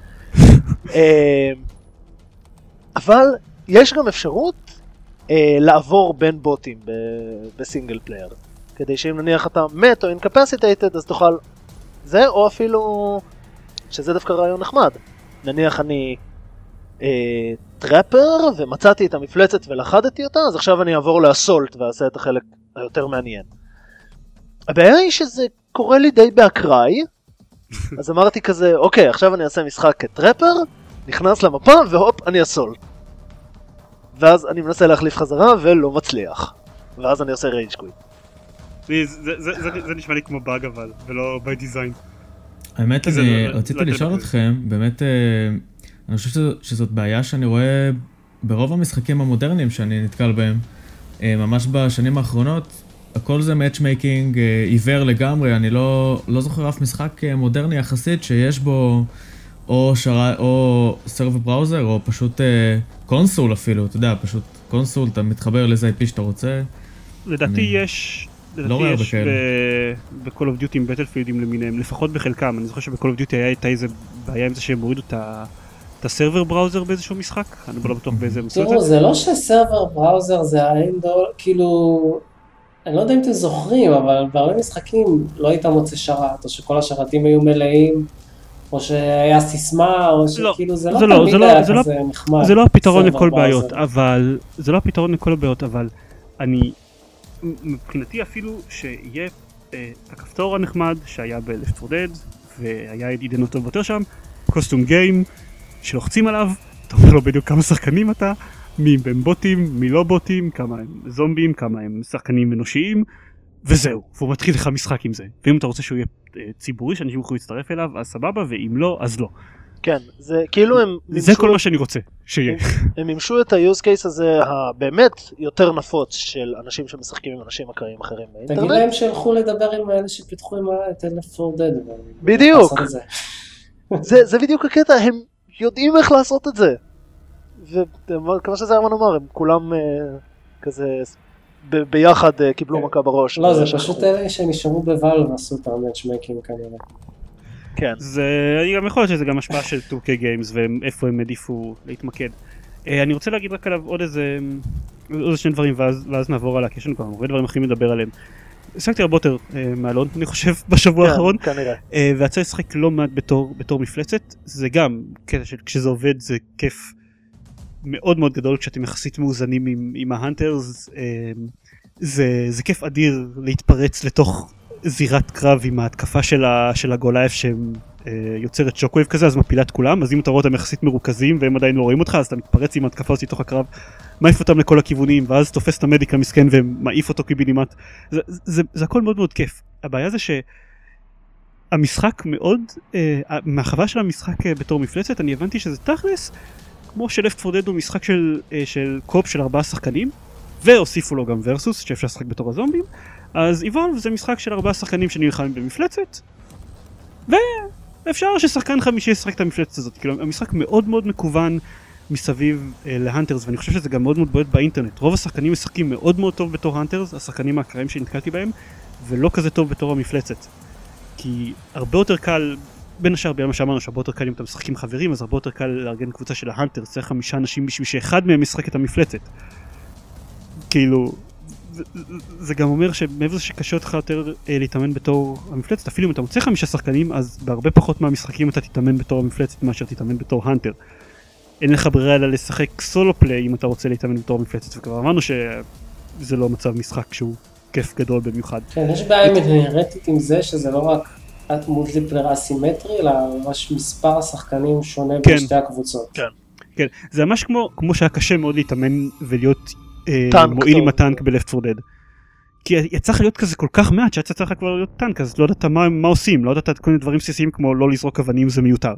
אבל יש גם אפשרות, לעבור בין בוטים בסינגל פלייר, כדי שאם נניח אתה מת או incapacitated אז תוכל זה, או אפילו שזה דווקא רעיון נחמד, נניח אני אה, טראפר ומצאתי את המפלצת ולחדתי אותה, אז עכשיו אני אעבור לאסולט ואעשה את החלק היותר מעניין. הבעיה היא שזה קורה לי די באקראי, אז אמרתי כזה, אוקיי, עכשיו אני אעשה משחק כטראפר, נכנס למפה והופ, אני אסולט. ואז אני מנסה להחליף חזרה ולא מצליח. ואז אני עושה רייג' קוויט.
זה נשמע לי כמו באג אבל, ולא by design.
האמת, אני רציתי לשאול אתכם, באמת, אני חושב שזאת בעיה שאני רואה ברוב המשחקים המודרניים שאני נתקל בהם, ממש בשנים האחרונות, הכל זה matchmaking עיוור לגמרי, אני לא, לא זוכר אף משחק מודרני יחסית שיש בו או, שרה, או סרבר בראוזר או פשוט קונסול אפילו, אתה יודע, פשוט קונסול, אתה מתחבר לאיזה איי פי שאתה רוצה.
לדעתי יש, לדעתי יש ב-Call of Duty עם בטלפילדים למיניהם, לפחות בחלקם, אני זוכר שב-Call of Duty היה איזה בעיה עם זה שהם הורידו את הסרבר בראוזר באיזשהו משחק, אני לא בטוח באיזה מסורת.
תראו, זה לא שסרבר בראוזר זה האנדול, כאילו, אני לא יודע אם אתם זוכרים, אבל בהרבה משחקים לא היית מוצא שרת, או שכל השרתים היו מלאים, או שהיה סיסמה, או שכאילו זה לא תמיד היה כזה נחמד.
זה לא הפתרון לכל בעיות, אבל, זה לא הפתרון לכל הבעיות, אבל אני, מבחינתי אפילו שיהיה הכפתור הנחמד שהיה ב-Left four Dead, והיה עידן אותו ביותר שם, קוסטום גיים, שלוחצים עליו, אתה אומר לו בדיוק כמה שחקנים אתה, מי הם בוטים, מי לא בוטים, כמה הם זומבים, כמה הם שחקנים אנושיים, וזהו, והוא מתחיל לך משחק עם זה. ואם אתה רוצה שהוא יהיה ציבורי, שאנשים יכולים להצטרף אליו, אז סבבה, ואם לא, אז לא.
כן, זה כאילו הם...
זה כל מה שאני רוצה, שיהיה.
הם מימשו את ה-use case הזה הבאמת יותר נפוץ של אנשים שמשחקים עם אנשים אקראיים אחרים באינטרנט.
תגיד להם שילכו לדבר עם האלה שפיתחו את Left four Dead.
בדיוק. זה בדיוק הקטע, הם יודעים איך לעשות את זה. וכמו שזה ארמן אמר, הם כולם כזה ביחד קיבלו מכה בראש.
לא, זה פשוט אלה שנשארו בוואלב ועשו את המאצ'מייקינג כנראה.
כן.
זה גם יכול להיות שזה גם השפעה של טו קיי Games ואיפה הם העדיפו להתמקד. אני רוצה להגיד רק עליו עוד איזה שני דברים ואז נעבור עליה, כי יש לנו כבר הרבה דברים אחרים לדבר עליהם. עסקתי הרבה יותר מאלון, אני חושב, בשבוע האחרון.
כן, כנראה.
ויצא לשחק לא מעט בתור מפלצת. זה גם, כשזה עובד זה כיף מאוד מאוד גדול, כשאתם יחסית מאוזנים עם, עם ההנטרס, זה, זה כיף אדיר להתפרץ לתוך זירת קרב עם ההתקפה של, ה, של הגולייף שיוצרת שוקווייב כזה, אז מפילה את כולם, אז אם אתה רואה אותם יחסית מרוכזים והם עדיין לא רואים אותך, אז אתה מתפרץ עם ההתקפה הזאת לתוך הקרב, מעיף אותם לכל הכיוונים, ואז תופס את המדיק המסכן ומעיף אותו קיבינימט. זה, זה, זה הכל מאוד מאוד כיף. הבעיה זה שהמשחק מאוד, מהחוויה של המשחק בתור מפלצת, אני הבנתי שזה תכלס, כמו ש-Left four Dead הוא משחק של, של קופ של ארבעה שחקנים, והוסיפו לו גם ורסוס, שאפשר לשחק בתור הזומבים, אז Evolve זה משחק של ארבעה שחקנים שנלחמים במפלצת, ואפשר ששחקן חמישי ישחק את המפלצת הזאת. כאילו, המשחק מאוד מאוד מקוון מסביב אה, להנטרס, ואני חושב שזה גם מאוד מאוד בועט באינטרנט. רוב השחקנים משחקים מאוד מאוד טוב בתור הנטרס, השחקנים האקראיים שנתקלתי בהם, ולא כזה טוב בתור המפלצת. כי הרבה יותר קל, בין השאר ביום שאמרנו שהרבה יותר קל אם אתה משחקים חברים, אז הרבה יותר קל לארגן קבוצה של ההנטרס, צריך חמישה אנשים בשביל שאחד מהם ישחק את המפלצת. כאילו, זה, זה גם אומר שמעבר זה שקשה אותך יותר אה, להתאמן בתור המפלצת, אפילו אם אתה מוצא חמישה שחקנים, אז בהרבה פחות מהמשחקים אתה תתאמן בתור המפלצת מאשר תתאמן בתור הנטר. אין לך ברירה אלא לשחק סולו פליי אם אתה רוצה להתאמן בתור המפלצת, וכבר אמרנו שזה לא מצב משחק שהוא כיף גדול במיוחד.
כן, יש בעיה אינהרנטית עם זה שזה לא רק מולטיפלייר אסימטרי, אלא ממש מספר השחקנים שונה
כן.
בין שתי הקבוצות.
כן.
כן, זה ממש כמו, כמו שהיה קשה מאוד להתאמן ולהיות אה, מועיל עם הטנק ב-Left four Dead. כי יצא לך להיות כזה כל כך מעט שיצא צריך כבר להיות טנק, אז לא יודעת מה, מה עושים, לא יודעת כל מיני דברים בסיסיים כמו לא לזרוק אבנים, זה מיותר.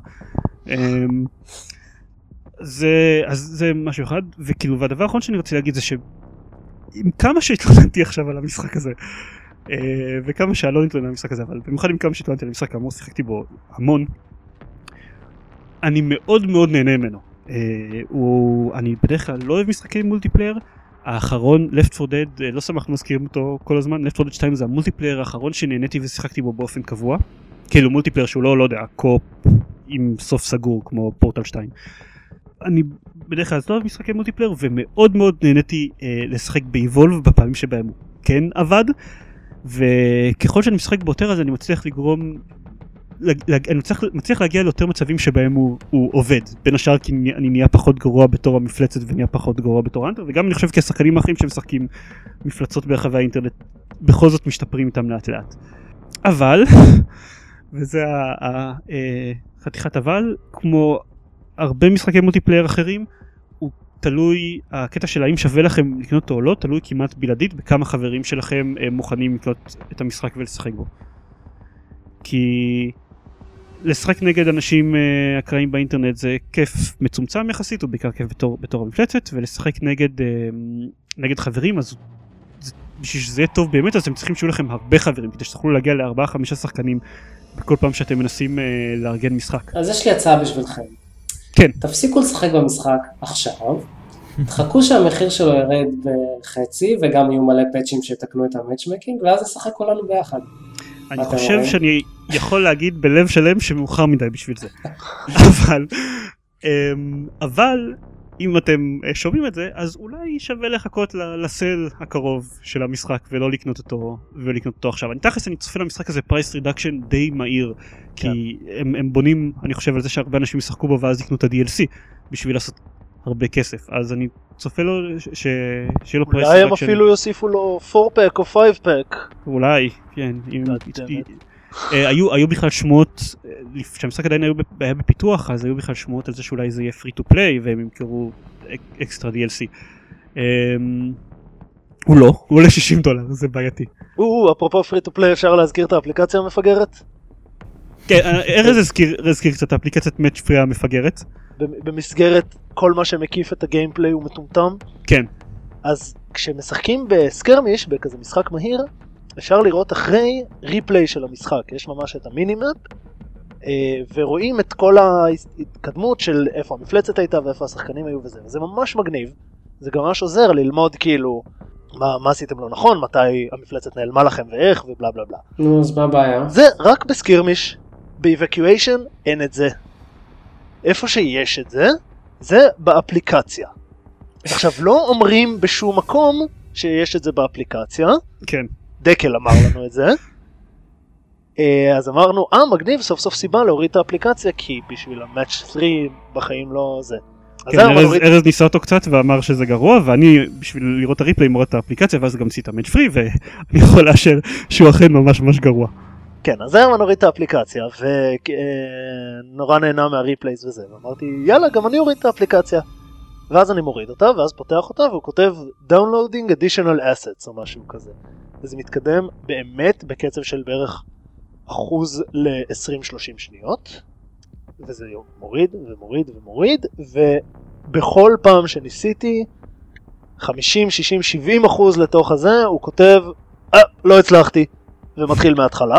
זה, אז זה משהו אחד, וכאילו, והדבר האחרון שאני רוצה להגיד זה שעם כמה שהתלוננתי עכשיו על המשחק הזה, וכמה שלא נתלונן על המשחק הזה, אבל במיוחד עם כמה שהתלוננתי על המשחק, כאמור שיחקתי בו המון, אני מאוד מאוד נהנה ממנו. הוא, אני בדרך כלל לא אוהב משחקי מולטיפלייר, האחרון, Left four Dead, לא שמחנו מזכירים אותו כל הזמן, Left four Dead שתיים זה המולטיפלייר האחרון שנהניתי ושיחקתי בו באופן קבוע, כאילו מולטיפלייר שהוא לא, לא יודע, קופ עם סוף סגור כמו פורטל שתיים. אני בדרך כלל לא אוהב משחקי מולטיפלייר ומאוד מאוד נהניתי אה, לשחק באיבולב בפעמים שבהם הוא כן עבד, וככל שאני משחק ביותר אז אני מצליח לגרום אני מצליח להגיע ליותר מצבים שבהם הוא עובד, בין השאר כי אני נהיה פחות גרוע בתור המפלצת ונהיה פחות גרוע בתור האנטר, וגם אני חושב כי השחקנים האחרים שמשחקים מפלצות ברחבי האינטרנט בכל זאת משתפרים איתם לאט לאט. אבל, וזה החתיכת אבל, כמו הרבה משחקי מולטיפלייר אחרים, הוא תלוי, הקטע של האם שווה לכם לקנות אותו או לא, תלוי כמעט בלעדית בכמה חברים שלכם מוכנים לקנות את המשחק ולשחק בו. כי לשחק נגד אנשים uh, אקראיים באינטרנט זה כיף מצומצם יחסית, הוא בעיקר כיף בתור, בתור המפלצת, ולשחק נגד, uh, נגד חברים, אז זה, בשביל שזה יהיה טוב באמת, אז אתם צריכים שיהיו לכם הרבה חברים, כדי שתוכלו להגיע לארבעה חמישה שחקנים בכל פעם שאתם מנסים uh, לארגן משחק.
אז יש לי הצעה בשבילכם.
כן.
תפסיקו לשחק במשחק עכשיו, תחכו שהמחיר שלו ירד בחצי, וגם יהיו מלא פאצ'ים שתקנו את המאצ'מקינג, ואז נשחק כולנו ביחד.
אני חושב שאני יכול להגיד בלב שלם שמאוחר מדי בשביל זה. אבל, אבל אם אתם שומעים את זה, אז אולי שווה לחכות לסל הקרוב של המשחק ולא לקנות אותו ולקנות אותו עכשיו. אני תכלס אני צופה למשחק הזה פרייס רידקשן די מהיר, כי הם, הם בונים, אני חושב על זה שהרבה אנשים ישחקו בו ואז יקנו את ה-די אל סי בשביל לעשות הרבה כסף. אז אני צופה לו ש... שיהיה לו פרייס רידקשן.
אולי הם אפילו יוסיפו לו פור פק או פייב פק.
אולי, כן. היו היו בכלל שמועות, כשהמשחק עדיין היה בפיתוח, אז היו בכלל שמועות על זה שאולי זה יהיה פרי טו פליי והם ימכרו אקסטרה די אל סי. הוא לא, הוא עולה שישים דולר, זה בעייתי.
או, אפרופו פרי טו פליי, אפשר להזכיר את האפליקציה המפגרת?
כן, ארז הזכיר קצת האפליקציית מאץ' פרי המפגרת.
במסגרת כל מה שמקיף את הגיימפליי הוא מטומטם.
כן.
אז כשמשחקים בסקרמיש, בכזה משחק מהיר, אפשר לראות אחרי ריפליי של המשחק. יש ממש את המינימאפ, ורואים את כל ההתקדמות של איפה המפלצת הייתה ואיפה השחקנים היו וזה. וזה ממש מגניב. זה גם ממש עוזר ללמוד כאילו מה, מה עשיתם לא נכון, מתי המפלצת נעלמה לכם ואיך ובלה בלה בלה.
נו, אז מה הבעיה?
זה רק בסקרמיש. באבקיואשן אין את זה. איפה שיש את זה, זה באפליקציה. עכשיו, לא אומרים בשום מקום שיש את זה באפליקציה.
כן.
דקל אמר לנו את זה. אז אמרנו, אה, מגניב, סוף סוף סיבה להוריד את האפליקציה, כי בשביל המאץ' שלוש בחיים לא זה.
כן, ארז, ארז ניסה אותו קצת ואמר שזה גרוע, ואני בשביל לראות את הריפלי מורד את האפליקציה, ואז גם עשיתי את המאץ' פרי, ואני יכול לאשר שהוא אכן ממש ממש גרוע.
כן, אז היום נוריד את האפליקציה, ונורא נהנה מהריפלייז וזה, ואמרתי, יאללה, גם אני אוריד את האפליקציה. ואז אני מוריד אותה, ואז פותח אותה, והוא כותב Downloading Additional Assets, או משהו כזה. וזה מתקדם באמת בקצב של בערך אחוז ל-עשרים שלושים שניות, וזה מוריד ומוריד ומוריד, ובכל פעם שניסיתי, חמישים, שישים, שבעים אחוז לתוך הזה, הוא כותב, אה, לא הצלחתי. ומתחיל מההתחלה.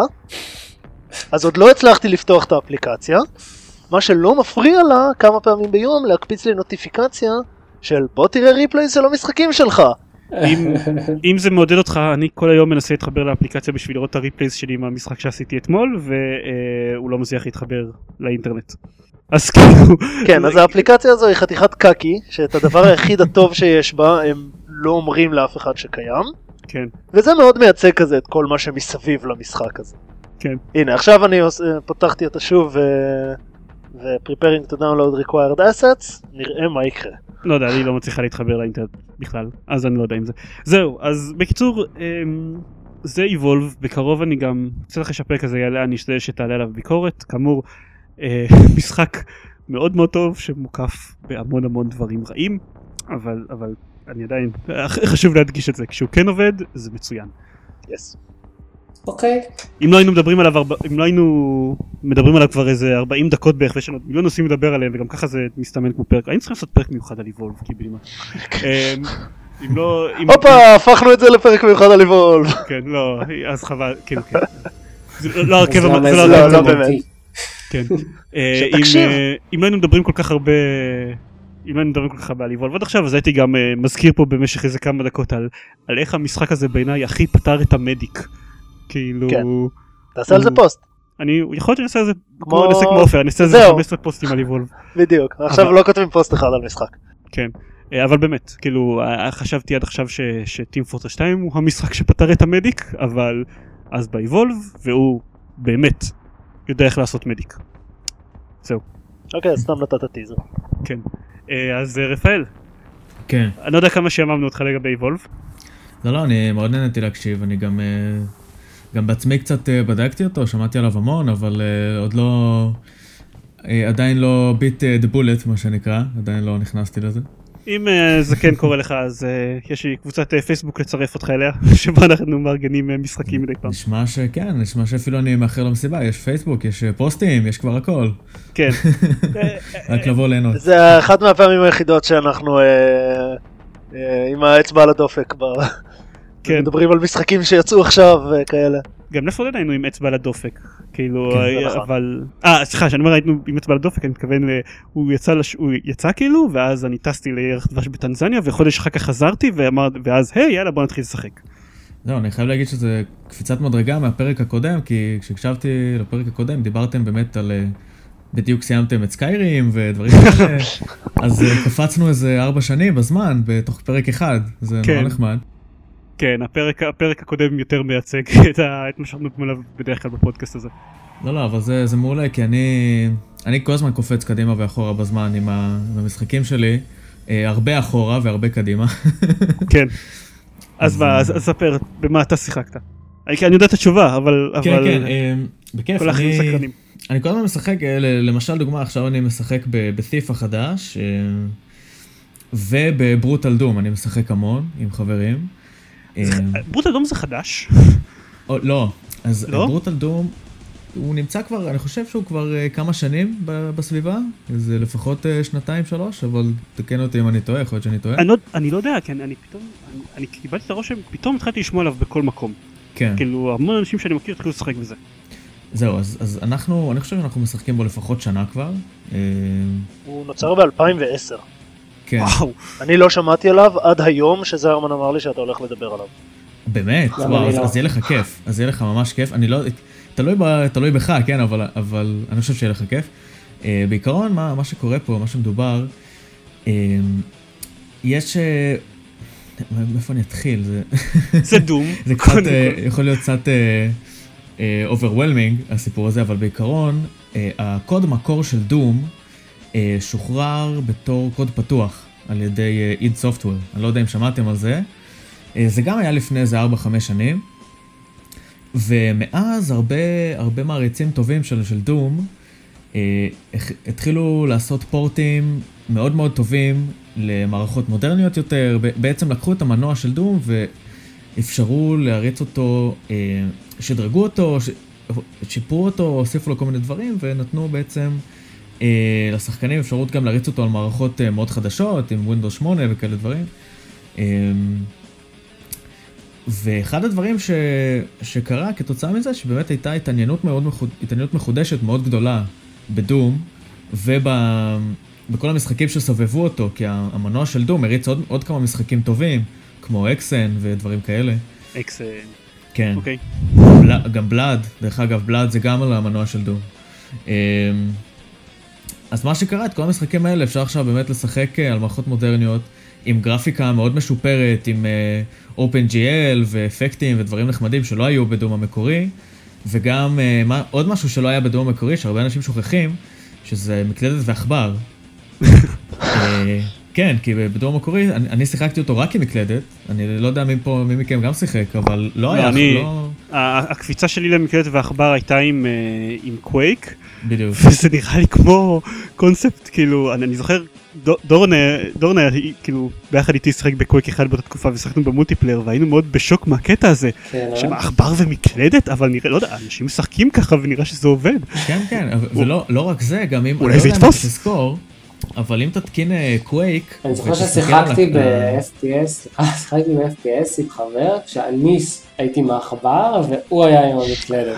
אז עוד לא הצלחתי לפתוח את האפליקציה, מה שלא מפריע לה כמה פעמים ביום להקפיץ לי נוטיפיקציה של בוא תראה ריפלייז של המשחקים שלך.
אם, אם זה מעודד אותך, אני כל היום מנסה להתחבר לאפליקציה בשביל לראות את הריפלייז שלי עם המשחק שעשיתי אתמול, והוא לא מצליח להתחבר לאינטרנט. אז כאילו...
כן, אז האפליקציה הזו היא חתיכת קקי, שאת הדבר היחיד הטוב שיש בה הם לא אומרים לאף אחד שקיים.
כן.
וזה מאוד מייצג כזה את כל מה שמסביב למשחק הזה.
כן.
הנה, עכשיו אני פותחתי אותה שוב ו-preparing to download required assets, נראה מה יקרה.
לא יודע, אני לא מצליחה להתחבר לאינטרנט בכלל, אז אני לא יודע אם זה. זהו, אז בקיצור, זה Evolve, בקרוב אני גם, צריך לשפר כזה יעלה, אני אשתדל שתעלה עליו ביקורת, כאמור, משחק מאוד מאוד טוב, שמוקף בהמון המון דברים רעים, אבל, אבל אני עדיין, חשוב להדגיש את זה, כשהוא כן עובד, זה מצוין.
Yes.
אוקיי.
אם לא היינו מדברים עליו, אם לא היינו מדברים עליו כבר איזה ארבעים דקות בערך, ויש לנו מיליון נושאים לדבר עליהם, וגם ככה זה מסתמן כמו פרק, היינו צריכים לעשות פרק מיוחד על Evolve, כי בלימה. אם לא...
הופה, הפכנו את זה לפרק מיוחד על Evolve.
כן, לא, אז חבל, כן, כן. זה לא הרכב,
זה לא באמת.
כן. אם לא היינו מדברים כל כך הרבה... אם אני מדברים כל כך הרבה על Evolve עד עכשיו, אז הייתי גם מזכיר פה במשך איזה כמה דקות על איך המשחק הזה בעיניי הכי פתר את המדיק. כאילו...
כן. תעשה על זה פוסט.
אני יכול להיות שאני אעשה על זה כמו נעשה כמו אופר, אני אעשה על זה חמש עשרה פוסטים על Evolve.
בדיוק, עכשיו לא כותבים פוסט אחד על משחק.
כן, אבל באמת, כאילו, חשבתי עד עכשיו שטים פורטרס שתיים הוא המשחק שפתר את המדיק, אבל אז ב-Evolve, והוא באמת יודע איך לעשות מדיק. זהו.
אוקיי, סתם נתת טיזר.
כן. אז רפאל.
כן.
אני לא יודע כמה שיממנו אותך לגבי וולף.
לא, לא, אני מאוד נהניתי להקשיב, אני גם, גם בעצמי קצת בדקתי אותו, שמעתי עליו המון, אבל עוד לא, עדיין לא ביט דה בולט, מה שנקרא, עדיין לא נכנסתי לזה.
אם זה כן קורה לך, אז יש לי קבוצת פייסבוק לצרף אותך אליה, שבה אנחנו מארגנים משחקים מדי פעם. נשמע
שכן, נשמע שאפילו אני מאחר למסיבה, יש פייסבוק, יש פוסטים, יש כבר הכל.
כן.
רק לבוא ליהנות.
זה אחת מהפעמים היחידות שאנחנו עם האצבע על הדופק, מדברים על משחקים שיצאו עכשיו וכאלה.
גם לפעמים היינו עם אצבע על הדופק, כאילו, אבל... אה, סליחה, שאני אומר היינו עם אצבע על הדופק, אני מתכוון, הוא יצא כאילו, ואז אני טסתי לירח דבש בטנזניה, וחודש אחר כך חזרתי, ואז, היי, יאללה, בוא נתחיל לשחק.
זהו, אני חייב להגיד שזה קפיצת מדרגה מהפרק הקודם, כי כשהקשבתי לפרק הקודם, דיברתם באמת על... בדיוק סיימתם את סקיירים ודברים כאלה, אז קפצנו איזה ארבע שנים בזמן, בתוך פרק אחד, זה נורא נחמד.
כן, הפרק, הפרק הקודם יותר מייצג את, ה, את מה שאנחנו מולו בדרך כלל בפודקאסט הזה.
לא, לא, אבל זה, זה מעולה, כי אני, אני כל הזמן קופץ קדימה ואחורה בזמן עם, ה, עם המשחקים שלי, אה, הרבה אחורה והרבה קדימה.
כן. אז מה, אז ספר, במה אתה שיחקת? אני, אני יודע את התשובה, אבל...
כן,
אבל...
כן, אה, בכיף,
כל
אני,
סקרנים.
אני כל הזמן משחק, למשל דוגמה, עכשיו אני משחק בת'יף החדש, אה, ובברוטל דום, אני משחק המון עם חברים.
ברוטל דום זה חדש?
לא, אז ברוטל דום הוא נמצא כבר, אני חושב שהוא כבר כמה שנים בסביבה, זה לפחות שנתיים שלוש, אבל תקן אותי אם אני טועה, יכול להיות שאני טועה.
אני לא יודע, כי אני פתאום, אני קיבלתי את הרושם, פתאום התחלתי לשמוע עליו בכל מקום.
כן.
כאילו, המון אנשים שאני מכיר התחילו לשחק בזה.
זהו, אז אנחנו, אני חושב שאנחנו משחקים בו לפחות שנה כבר.
הוא נוצר ב-אלפיים ועשר.
כן.
וואו.
אני לא שמעתי עליב עד היום שזרמן אמר לי שאתה הולך לדבר עליו.
באמת? וואו, אז, אז יהיה לך כיף. אז יהיה לך ממש כיף. אני לא, תלוי, ב, תלוי בך, כן, אבל, אבל אני חושב שיהיה לך כיף. Uh, בעיקרון, מה, מה שקורה פה, מה שמדובר, uh, יש... Uh, מאיפה אני אתחיל? זה...
זה דום.
זה קצת, uh, יכול להיות קצת uh, uh, overwhelming, הסיפור הזה, אבל בעיקרון, uh, הקוד מקור של דום, שוחרר בתור קוד פתוח על ידי איד סופטוור. אני לא יודע אם שמעתם על זה. זה גם היה לפני איזה ארבע חמש שנים. ומאז הרבה, הרבה מעריצים טובים של, של דום התחילו לעשות פורטים מאוד מאוד טובים למערכות מודרניות יותר. בעצם לקחו את המנוע של דום ואפשרו להריץ אותו, שדרגו אותו, שיפרו אותו, הוסיפו לו כל מיני דברים ונתנו בעצם לשחקנים אפשרות גם להריץ אותו על מערכות מאוד חדשות, עם ווינדוס שמונה וכאלה דברים. ואחד הדברים ש... שקרה כתוצאה מזה, שבאמת הייתה התעניינות, מאוד מחוד... התעניינות מחודשת מאוד גדולה בדום, ובכל המשחקים שסובבו אותו, כי המנוע של דום הריץ עוד, עוד כמה משחקים טובים, כמו אקסן ודברים כאלה.
אקסן.
כן.
אוקיי.
בל... גם בלאד, דרך אגב, בלאד זה גם על המנוע של דום. אז מה שקרה, את כל המשחקים האלה אפשר עכשיו באמת לשחק על מערכות מודרניות, עם גרפיקה מאוד משופרת, עם uh, OpenGL ואפקטים ודברים נחמדים שלא היו בדום המקורי, וגם uh, מה, עוד משהו שלא היה בדום המקורי, שהרבה אנשים שוכחים, שזה מקלדת ועכבר. uh, כן, כי בדום המקורי, אני, אני שיחקתי אותו רק עם מקלדת, אני לא יודע מי פה, מי מכם גם שיחק, אבל לא, לא היה,
אני,
לא...
הקפיצה שלי למקלדת ועכבר הייתה עם, uh, עם קווייק,
בדיוק.
וזה נראה לי כמו קונספט, כאילו, אני, אני זוכר, דורנה, דורנה, כאילו, ביחד איתי שחק בקווייק אחד באותה תקופה, ושחקנו במולטיפלייר, והיינו מאוד בשוק מהקטע הזה, שמעכבר ומקלדת, אבל נראה, לא יודע, אנשים משחקים ככה, ונראה שזה עובד.
כן, כן, ולא לא רק זה, גם אם...
אולי זה יתפוס.
תזכור, אבל אם תתקין קווייק...
אני זוכר ששיחקתי ב-אף פי אס, שיחקתי ב-אף פי אס עם חבר, כשאני הייתי מהחבר, והוא היה עם המקלדת.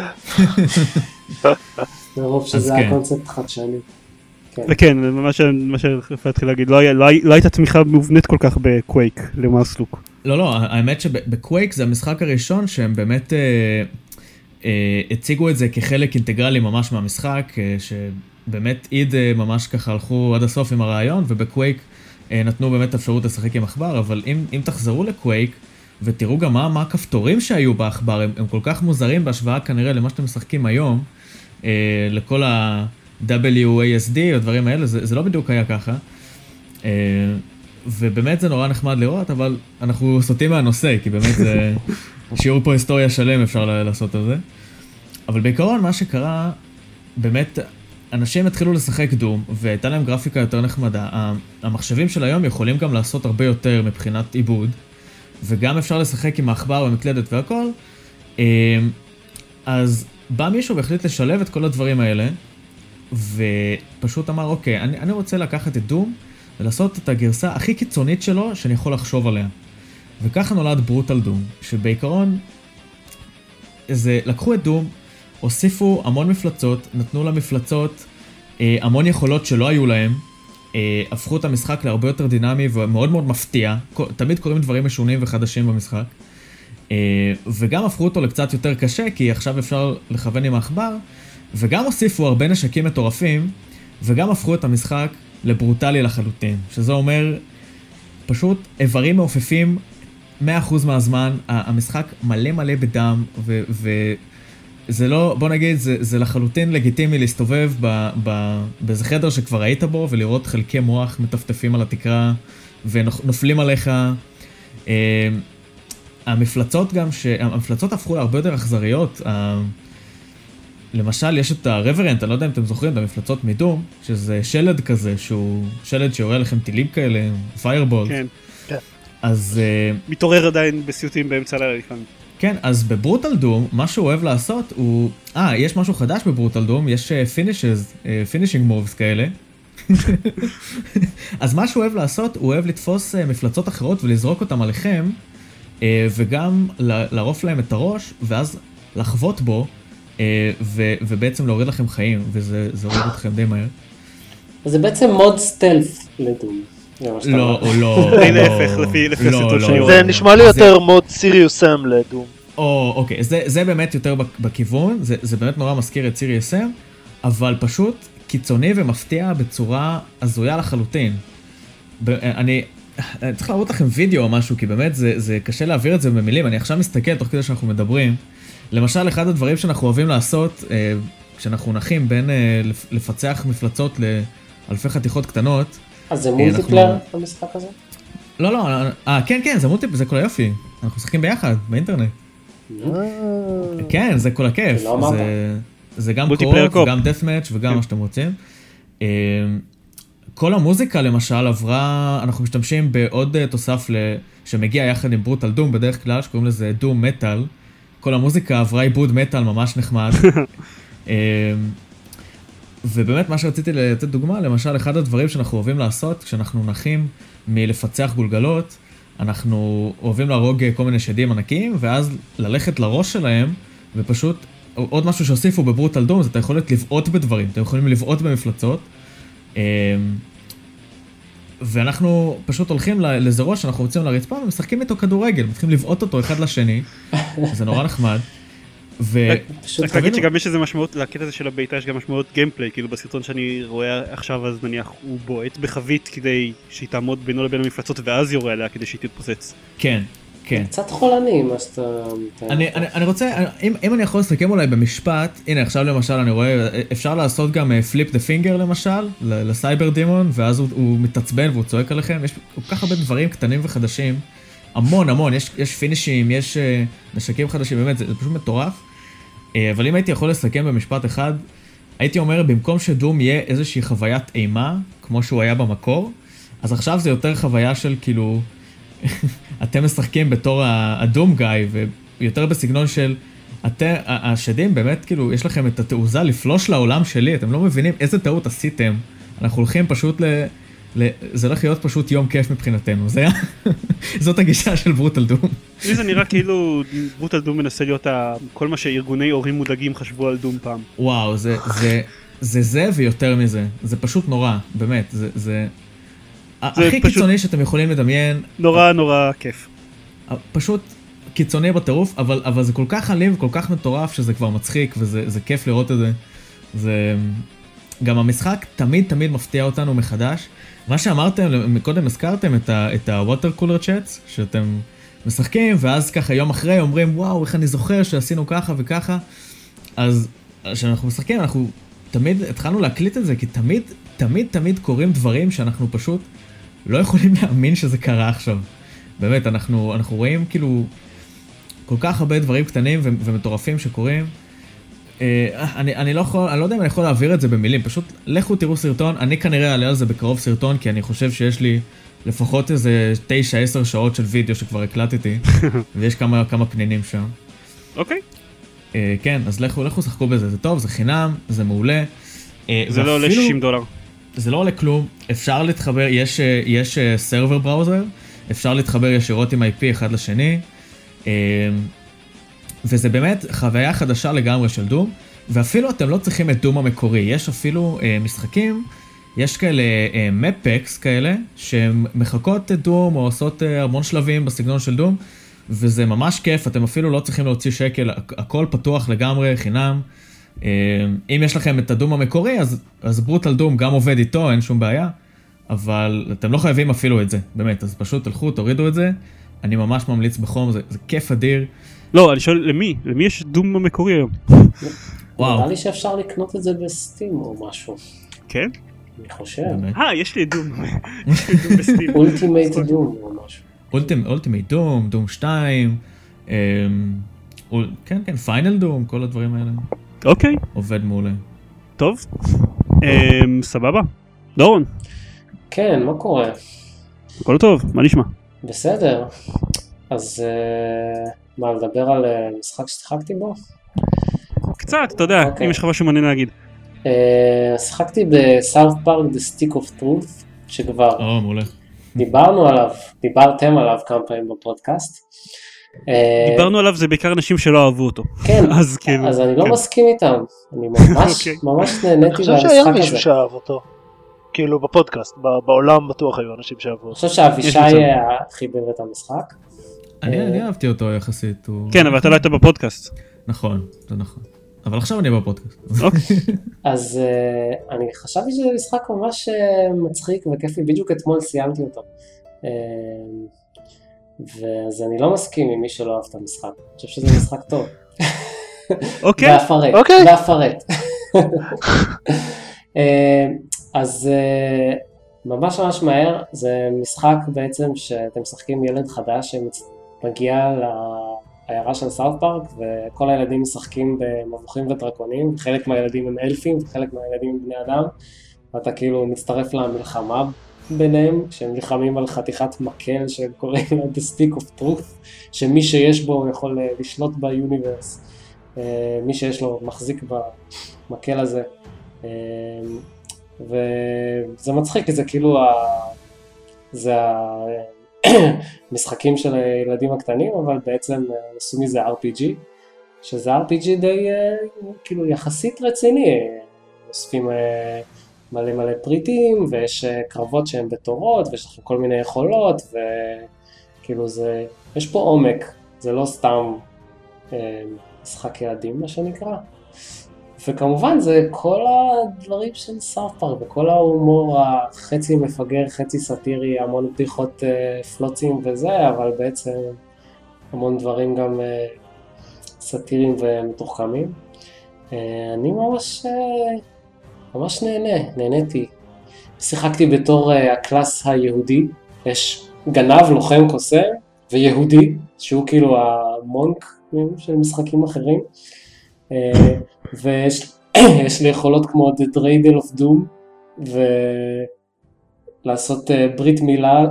לרוב שזה היה קונספט חדשני.
וכן, מה שהתחיל להגיד, לא הייתה תמיכה מובנית כל כך בקווייק, למאסלוק.
לא, לא, האמת שבקווייק זה המשחק הראשון שהם באמת הציגו את זה כחלק אינטגרלי ממש מהמשחק, שבאמת איד ממש ככה הלכו עד הסוף עם הרעיון, ובקווייק נתנו באמת אפשרות לשחק עם עכבר, אבל אם תחזרו לקווייק, ותראו גם מה הכפתורים שהיו בעכבר, הם כל כך מוזרים בהשוואה כנראה למה שאתם משחקים היום, לכל ה-דאבליו איי אס די או דברים האלה, זה, זה לא בדיוק היה ככה. ובאמת זה נורא נחמד לראות, אבל אנחנו סוטים מהנושא, כי באמת זה שיעור פה היסטוריה שלם אפשר לעשות על זה. אבל בעיקרון מה שקרה, באמת אנשים התחילו לשחק דום, והייתה להם גרפיקה יותר נחמדה. המחשבים של היום יכולים גם לעשות הרבה יותר מבחינת עיבוד, וגם אפשר לשחק עם העכבר ומקלדת והכל. אז בא מישהו והחליט לשלב את כל הדברים האלה, ופשוט אמר, אוקיי, אני, אני רוצה לקחת את דום, ולעשות את הגרסה הכי קיצונית שלו שאני יכול לחשוב עליה. וככה נולד ברוטל דום, שבעיקרון, זה, לקחו את דום, הוסיפו המון מפלצות, נתנו למפלצות אה, המון יכולות שלא היו להם, אה, הפכו את המשחק להרבה יותר דינמי ומאוד מאוד מפתיע, תמיד קוראים דברים משונים וחדשים במשחק, אה, וגם הפכו אותו לקצת יותר קשה, כי עכשיו אפשר לכוון עם העכבר, וגם הוסיפו הרבה נשקים מטורפים, וגם הפכו את המשחק לברוטלי לחלוטין, שזה אומר פשוט איברים מעופפים מאה אחוז מהזמן, המשחק מלא מלא בדם, וזה לא, בוא נגיד, זה, זה לחלוטין לגיטימי להסתובב ב, ב, באיזה חדר שכבר היית בו, ולראות חלקי מוח מטפטפים על התקרה, ונופלים עליך. המפלצות גם, המפלצות הפכו להרבה יותר אכזריות, למשל, יש את הרברנט, אני לא יודע אם אתם זוכרים, את המפלצות מדום, שזה שלד כזה, שהוא שלד שיורה לכם טילים כאלה, פיירבולט. כן. כן. אז...
מתעורר עדיין בסיוטים באמצע הלילה לפעמים.
כן, אז בברוטל דום, מה שהוא אוהב לעשות הוא... אה, יש משהו חדש בברוטל דום, יש פינישז, פינישינג מובס כאלה. אז מה שהוא אוהב לעשות, הוא אוהב לתפוס מפלצות אחרות ולזרוק אותם עליכם, וגם לערוף להם את הראש, ואז לחוות בו, ו- ובעצם להוריד לכם חיים, וזה הוריד אתכם די מהר.
זה בעצם מוד סטלף לדום.
לא, או לא.
די להפך, לפי הסרטון שאני
זה נשמע לי יותר מוד סיריוס סם לדום.
או, אוקיי, זה באמת יותר בכיוון, זה באמת נורא מזכיר את סיריוס סם, אבל פשוט קיצוני ומפתיע בצורה הזויה לחלוטין. אני צריך להראות לכם וידאו או משהו, כי באמת זה קשה להעביר את זה במילים. אני עכשיו מסתכל תוך כדי שאנחנו מדברים. למשל, אחד הדברים שאנחנו אוהבים לעשות, אה, כשאנחנו נחים בין אה, לפצח מפלצות לאלפי חתיכות קטנות.
אז זה מולטיפלר אנחנו... במשחק הזה?
לא, לא, אה, כן, כן, זה מולטיפלר, זה כל היופי. אנחנו משחקים ביחד, באינטרנט. כן, זה כל הכיף. זה, זה גם קרוב, גם דאת'מאץ' וגם מה שאתם רוצים. אה, כל המוזיקה, למשל, עברה, אנחנו משתמשים בעוד תוסף שמגיע יחד עם ברוטל דום, בדרך כלל, שקוראים לזה דום מטל. כל המוזיקה עברה עיבוד מטל ממש נחמד. ובאמת מה שרציתי לתת דוגמה, למשל אחד הדברים שאנחנו אוהבים לעשות, כשאנחנו נחים מלפצח גולגלות, אנחנו אוהבים להרוג כל מיני שדים ענקיים, ואז ללכת לראש שלהם, ופשוט, עוד משהו שהוסיפו בברוטל דום, זה את היכולת לבעוט בדברים, אתם יכולים לבעוט במפלצות, ואנחנו פשוט הולכים לאיזה ראש שאנחנו רוצים לרצפה, ומשחקים איתו כדורגל, מתחילים לבעוט אותו אחד לשני, זה נורא נחמד.
רק להגיד שגם יש איזה משמעות, לקטע הזה של הביתה יש גם משמעות גיימפליי, כאילו בסרטון שאני רואה עכשיו, אז נניח הוא בועט בחבית כדי שהיא תעמוד בינו לבין המפלצות, ואז יורה עליה כדי שהיא תתפוצץ.
כן, כן.
קצת חולני, מה שאתה...
אני רוצה, אם אני יכול לסכם אולי במשפט, הנה עכשיו למשל אני רואה, אפשר לעשות גם פליפ דה פינגר למשל, לסייבר דימון, ואז הוא מתעצבן והוא צועק עליכם, יש כל כך הרבה דברים קטנים וחדשים, המון המון, יש, יש פינישים, יש uh, נשקים חדשים, באמת, זה, זה פשוט מטורף. Uh, אבל אם הייתי יכול לסכם במשפט אחד, הייתי אומר, במקום שדום יהיה איזושהי חוויית אימה, כמו שהוא היה במקור, אז עכשיו זה יותר חוויה של כאילו, אתם משחקים בתור הדום גאי, ויותר בסגנון של, אתם, השדים באמת כאילו, יש לכם את התעוזה לפלוש לעולם שלי, אתם לא מבינים איזה טעות עשיתם, אנחנו הולכים פשוט ל... זה הולך להיות פשוט יום כיף מבחינתנו, זה היה, זאת הגישה של ברוטל דום.
לי זה נראה כאילו ברוטל דום מנסה להיות כל מה שארגוני הורים מודאגים חשבו על דום פעם.
וואו, זה זה זה ויותר מזה, זה פשוט נורא, באמת, זה הכי קיצוני שאתם יכולים לדמיין.
נורא נורא כיף.
פשוט קיצוני בטירוף, אבל זה כל כך אלים וכל כך מטורף שזה כבר מצחיק וזה כיף לראות את זה. זה... גם המשחק תמיד תמיד מפתיע אותנו מחדש. מה שאמרתם, קודם הזכרתם את ה-water cooler chats, שאתם משחקים, ואז ככה יום אחרי אומרים, וואו, איך אני זוכר שעשינו ככה וככה. אז כשאנחנו משחקים, אנחנו תמיד התחלנו להקליט את זה, כי תמיד, תמיד, תמיד קורים דברים שאנחנו פשוט לא יכולים להאמין שזה קרה עכשיו. באמת, אנחנו, אנחנו רואים כאילו כל כך הרבה דברים קטנים ו- ומטורפים שקורים. אני, אני לא יכול, אני לא יודע אם אני יכול להעביר את זה במילים, פשוט לכו תראו סרטון, אני כנראה אעלה על זה בקרוב סרטון, כי אני חושב שיש לי לפחות איזה תשע עשר שעות של וידאו שכבר הקלטתי, ויש כמה, כמה פנינים שם.
אוקיי.
Uh, כן, אז לכו, לכו שחקו בזה, זה טוב, זה חינם, זה מעולה. Uh,
זה לא עולה שישים דולר.
זה לא עולה כלום, אפשר להתחבר, יש, יש סרבר בראוזר, אפשר להתחבר ישירות עם איי פי אחד לשני, uh, וזה באמת חוויה חדשה לגמרי של דום, ואפילו אתם לא צריכים את דום המקורי, יש אפילו uh, משחקים, יש כאלה מפקס uh, כאלה, שמחכות את דום או עושות uh, המון שלבים בסגנון של דום, וזה ממש כיף, אתם אפילו לא צריכים להוציא שקל, הכל פתוח לגמרי, חינם. Uh, אם יש לכם את הדום המקורי, אז, אז ברוטל דום גם עובד איתו, אין שום בעיה, אבל אתם לא חייבים אפילו את זה, באמת, אז פשוט תלכו, תורידו את זה, אני ממש ממליץ בחום, זה, זה כיף אדיר.
לא, אני שואל, למי? למי יש דום המקורי היום?
וואו.
נראה לי שאפשר לקנות את זה בסטים או משהו.
כן?
אני חושב.
אה, יש לי דום. יש לי דום בסטים.
אולטימייט דום או משהו.
אולטימייט דום, דום שתיים, כן, כן, פיינל דום, כל הדברים האלה.
אוקיי.
עובד מעולה.
טוב, סבבה. דורון.
כן, מה קורה?
הכל טוב, מה נשמע?
בסדר. אז מה, לדבר על משחק ששיחקתי בו?
קצת, אתה יודע, אם יש לך משהו מעניין להגיד.
שיחקתי בסאוף פארק The Stick of Truth, שכבר
או, מעולה.
דיברנו עליו, דיברתם עליו כמה פעמים בפודקאסט.
דיברנו עליו, זה בעיקר אנשים שלא אהבו אותו.
כן, אז אני לא מסכים איתם, אני ממש נהניתי מהמשחק הזה.
אני חושב שהיה מישהו שאהב אותו, כאילו בפודקאסט, בעולם בטוח היו אנשים שאהבו אותו.
אני חושב שאבישי חיבר את המשחק.
אני אהבתי אותו יחסית.
כן, אבל אתה לא היית בפודקאסט.
נכון, זה נכון. אבל עכשיו אני בפודקאסט.
אז אני חשבתי שזה משחק ממש מצחיק וכיפי, בדיוק אתמול סיימתי אותו. ואז אני לא מסכים עם מי שלא אהב את המשחק, אני חושב שזה משחק טוב.
אוקיי.
ואפרט, ואפרט. אז ממש ממש מהר, זה משחק בעצם שאתם משחקים ילד חדש שמגיע לעיירה של סאוף פארק, וכל הילדים משחקים במבוכים ודרקונים, חלק מהילדים הם אלפים וחלק מהילדים הם בני אדם, ואתה כאילו מצטרף למלחמה ביניהם, שהם נלחמים על חתיכת מקל שהם קוראים לה The Stick of Truth, שמי שיש בו יכול לשלוט ביוניברס, מי שיש לו מחזיק במקל הזה, וזה מצחיק, זה כאילו ה... זה המשחקים של הילדים הקטנים, אבל בעצם עשו מזה אר פי ג'י, שזה אר פי ג'י די כאילו יחסית רציני, נוספים מלא מלא פריטים, ויש קרבות שהן בתורות, ויש לכם כל מיני יכולות, וכאילו זה, יש פה עומק, זה לא סתם משחק ילדים מה שנקרא, וכמובן זה כל הדברים של סאוף פארק, וכל ההומור החצי מפגר, חצי סאטירי, המון בדיחות פלוצים וזה, אבל בעצם המון דברים גם סאטיריים ומתוחכמים. אני ממש... ממש נהנה, נהניתי. שיחקתי בתור הקלאס היהודי, יש גנב, לוחם, קוסם, ויהודי, שהוא כאילו המונק של משחקים אחרים, ויש לי יכולות כמו The Dreidel of Doom, ולעשות ברית מילה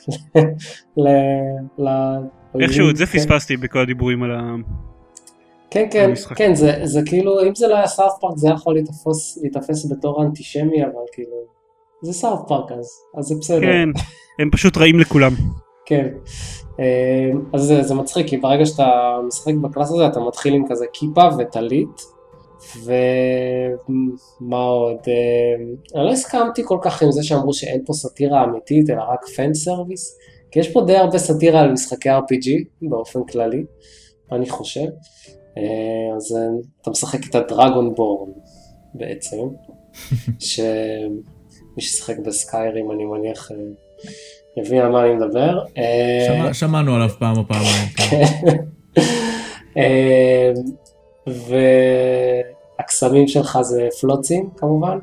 ל...
איכשהו את זה פספסתי בכל הדיבורים על ה...
כן, כן, כן, זה, זה כאילו, אם זה לא היה סאוף פארק, זה יכול להתפוס, להתפס בתור אנטישמי, אבל כאילו, זה סאוף פארק אז, אז זה בסדר.
כן, הם פשוט רעים לכולם.
כן, אז זה, זה מצחיק, כי ברגע שאתה משחק בקלאס הזה, אתה מתחיל עם כזה כיפה וטלית, ומה עוד, אני לא הסכמתי כל כך עם זה שאמרו שאין פה סאטירה אמיתית, אלא רק פן סרוויס, כי יש פה די הרבה סאטירה על משחקי אר פי ג'י, באופן כללי, אני חושב. אז אתה משחק את הדרגון בורן בעצם, שמי ששחק בסקיירים אני מניח יבין על מה אני מדבר.
שמענו עליו פעם או פעמיים.
הקסמים שלך זה פלוצים כמובן,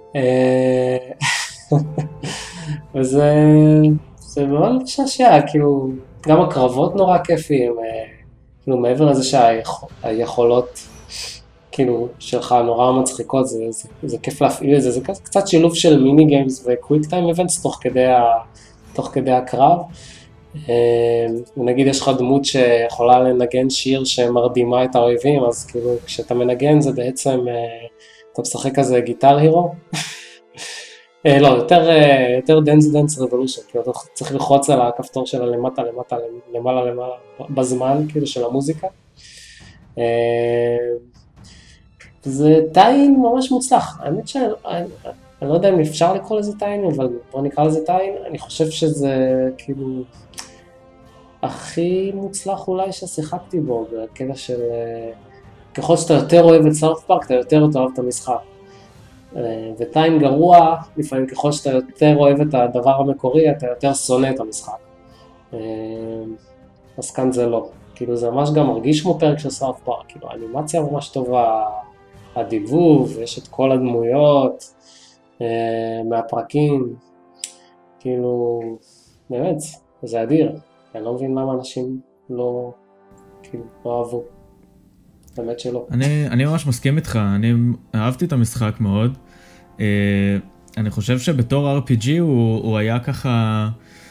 וזה זה מאוד משעשע, כאילו, גם הקרבות נורא כיפים, כאילו מעבר לזה שהיכולות כאילו שלך נורא מצחיקות, זה, זה, זה כיף להפעיל את זה, זה קצת שילוב של מיני גיימס וקוויק טיים איבנטס תוך כדי, ה, תוך כדי הקרב. נגיד יש לך דמות שיכולה לנגן שיר שמרדימה את האויבים, אז כאילו כשאתה מנגן זה בעצם, אתה משחק כזה גיטר הירו. לא, יותר, יותר דנס דנס רבולושן, כאילו אתה צריך ללחוץ על הכפתור שלה למטה, למטה, למעלה, למעלה, בזמן כאילו של המוזיקה. זה טיין ממש מוצלח, האמת שאני אני לא יודע אם אפשר לקרוא לזה טיין, אבל בוא נקרא לזה טיין, אני חושב שזה כאילו הכי מוצלח אולי ששיחקתי בו, בקטע של ככל שאתה יותר אוהב את סאות' פארק, אתה יותר אוהב את המשחק. וטיין גרוע, לפעמים ככל שאתה יותר אוהב את הדבר המקורי, אתה יותר שונא את המשחק. אז כאן זה לא. כאילו זה ממש גם מרגיש כמו פרק של סאות' פארק, כאילו האנימציה ממש טובה, הדיבוב, יש את כל הדמויות מהפרקים, כאילו באמת, זה אדיר. אני לא מבין למה אנשים לא, כאילו, לא אהבו. באמת שלא.
אני, אני ממש מסכים איתך, אני אהבתי את המשחק מאוד. אני חושב שבתור אר פי ג'י הוא, הוא היה ככה,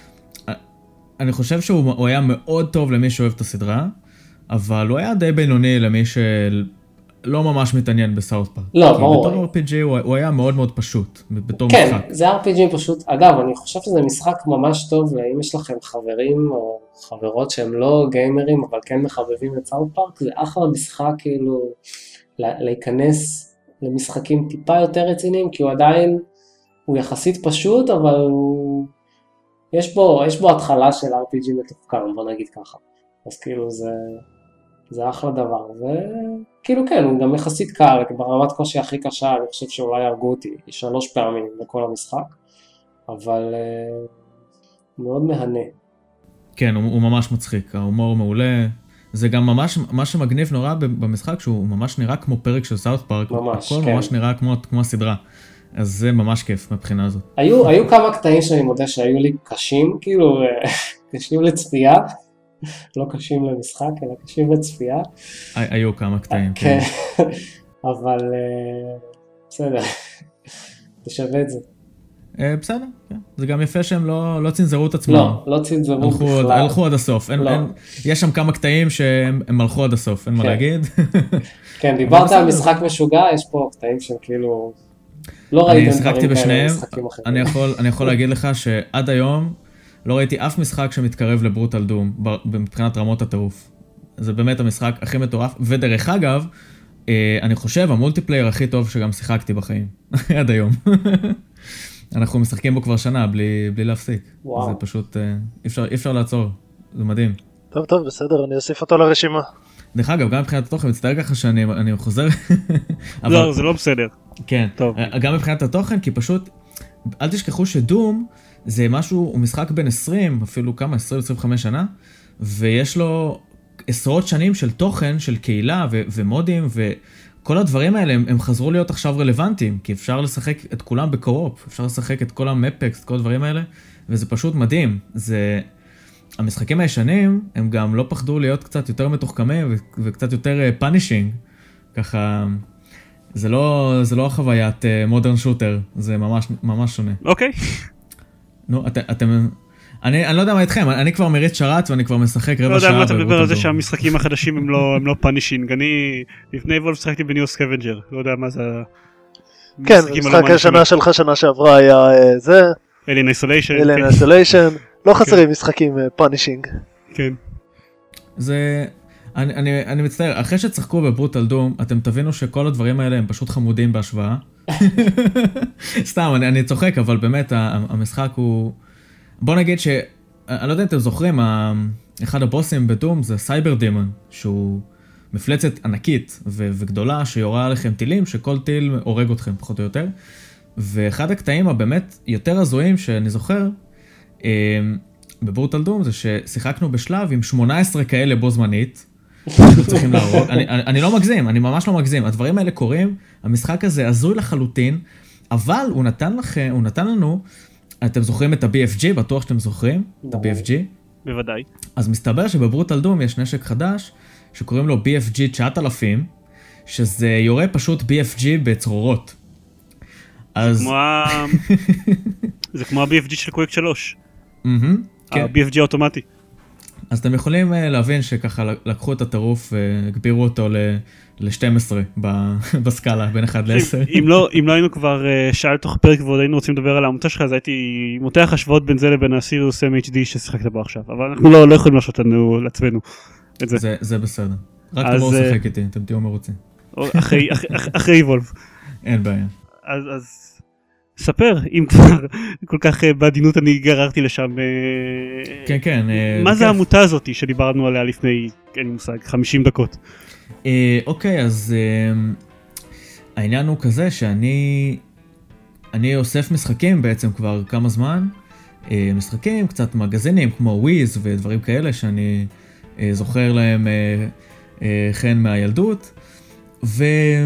אני חושב שהוא היה מאוד טוב למי שאוהב את הסדרה, אבל הוא היה די בינוני למי שלא ממש מתעניין בסאות' פארק.
לא, ברור.
בתור אר פי ג'י הוא, הוא היה מאוד מאוד פשוט, בתור
כן,
משחק.
כן, זה אר פי ג'י פשוט. אגב, אני חושב שזה משחק ממש טוב, אם יש לכם חברים או חברות שהם לא גיימרים, אבל כן מחבבים את סאות' פארק, זה אחלה משחק כאילו להיכנס למשחקים טיפה יותר רציניים, כי הוא עדיין, הוא יחסית פשוט, אבל הוא, יש בו, יש בו התחלה של אר פי ג'י מתוחכם, בוא נגיד ככה. אז כאילו זה, זה אחלה דבר, וכאילו כן, הוא גם יחסית קל, ברמת קושי הכי קשה, אני חושב שאולי הרגו אותי שלוש פעמים בכל המשחק, אבל uh, מאוד מהנה.
כן, הוא, הוא ממש מצחיק, ההומור מעולה, זה גם ממש, מה שמגניב נורא במשחק, שהוא ממש נראה כמו פרק של סאות' פארק,
ממש,
הכל
כן.
ממש נראה כמו, כמו הסדרה, אז זה ממש כיף מבחינה הזאת.
היו, היו כמה קטעים שאני מודה שהיו לי קשים, כאילו, קשים לצפייה, לא קשים למשחק, אלא קשים לצפייה.
היו כמה קטעים,
כן. אבל בסדר, זה שווה את זה.
בסדר, כן. זה גם יפה שהם לא, לא צנזרו את עצמם.
לא, לא צנזרו
הלכו,
בכלל.
הלכו עד הסוף. אין,
לא.
אין, יש שם כמה קטעים שהם הלכו עד הסוף, אין
כן.
מה להגיד.
כן, דיברת על משחק משוגע, יש פה קטעים שהם כאילו, לא ראיתם דברים כאלה במשחקים אחרים.
אני יכול, אני יכול להגיד לך שעד היום לא ראיתי אף משחק שמתקרב לברוטל דום, מבחינת רמות הטירוף. זה באמת המשחק הכי מטורף, ודרך אגב, אני חושב המולטיפלייר הכי טוב שגם שיחקתי בחיים, עד היום. אנחנו משחקים בו כבר שנה בלי, בלי להפסיק. וואו. זה פשוט, אי אפשר, אי אפשר לעצור, זה מדהים.
טוב, טוב, בסדר, אני אוסיף אותו לרשימה.
דרך אגב, גם מבחינת התוכן, מצטער ככה שאני אני חוזר. אבל...
לא, זה לא בסדר.
כן,
טוב.
גם מבחינת התוכן, כי פשוט, אל תשכחו שדום, זה משהו, הוא משחק בין עשרים, אפילו כמה, עשרים עד עשרים וחמש שנה, ויש לו עשרות שנים של תוכן, של קהילה ו- ומודים, וכל הדברים האלה, הם, הם חזרו להיות עכשיו רלוונטיים, כי אפשר לשחק את כולם בקו-אופ, אפשר לשחק את כל המפקס, את כל הדברים האלה, וזה פשוט מדהים. זה... המשחקים הישנים, הם גם לא פחדו להיות קצת יותר מתוחכמים, ו- וקצת יותר פאנישינג, ככה... זה לא, זה לא החוויית מודרן שוטר, זה ממש, ממש שונה.
אוקיי.
נו, את, אתם... אני, אני לא יודע מה איתכם, אני כבר מריץ שרת ואני כבר משחק רבע שעה.
לא יודע מה אתה מדבר על זה שהמשחקים החדשים הם לא, הם לא פאנישינג. אני לפני וולף שחקתי בניו סקוונג'ר, לא יודע מה זה...
כן, משחק השנה שלך שנה שעברה היה זה.
אלין איסוליישן.
אלין איסוליישן. לא חסרים משחקים פאנישינג.
כן.
זה... אני, אני, אני מצטער, אחרי שצחקו בברוטל דום, אתם תבינו שכל הדברים האלה הם פשוט חמודים בהשוואה. סתם, אני, אני צוחק, אבל באמת המשחק הוא... בוא נגיד ש... אני לא יודע אם אתם זוכרים, אחד הבוסים בדום זה סייבר דימון, שהוא מפלצת ענקית ו- וגדולה שיורה עליכם טילים, שכל טיל הורג אתכם פחות או יותר. ואחד הקטעים הבאמת יותר הזויים שאני זוכר, בברוטל דום זה ששיחקנו בשלב עם שמונה עשרה כאלה בו זמנית, צריכים להרוג. אני, אני, אני לא מגזים, אני ממש לא מגזים. הדברים האלה קורים, המשחק הזה הזוי לחלוטין, אבל הוא נתן לכם, הוא נתן לנו, אתם זוכרים את ה-בי אף ג'י, בטוח שאתם זוכרים? את ה-בי אף ג'י?
בוודאי.
אז מסתבר שבברוטל דום יש נשק חדש, שקוראים לו בי אף ג'י תשעת אלפים, שזה יורה פשוט בי אף ג'י בצרורות.
אז... זה כמו ה-בי אף ג'י של קווייק שלוש. ה-בי אף ג'י האוטומטי.
אז אתם יכולים להבין שככה לקחו את הטירוף והגבירו אותו ל-שתים עשרה בסקאלה, בין אחד ל-עשר.
אם לא היינו כבר שעה לתוך פרק ועוד היינו רוצים לדבר על העמותה שלך, אז הייתי מותח השוואות בין זה לבין הסיריוס אם אייץ' די ששיחקת בו עכשיו, אבל אנחנו לא יכולים לעשות לנו לעצמנו את זה.
זה בסדר. רק תבואו לשחק איתי, אתם תהיו מרוצים.
אחרי איבולב.
אין בעיה.
אז ספר, אם כבר כל כך בעדינות אני גררתי לשם.
כן, כן.
מה זה העמותה הזאת שדיברנו עליה לפני, אין לי מושג, חמישים דקות?
אוקיי, אז העניין הוא כזה שאני אני אוסף משחקים בעצם כבר כמה זמן, משחקים, קצת מגזינים כמו וויז ודברים כאלה שאני זוכר להם חן מהילדות, ו...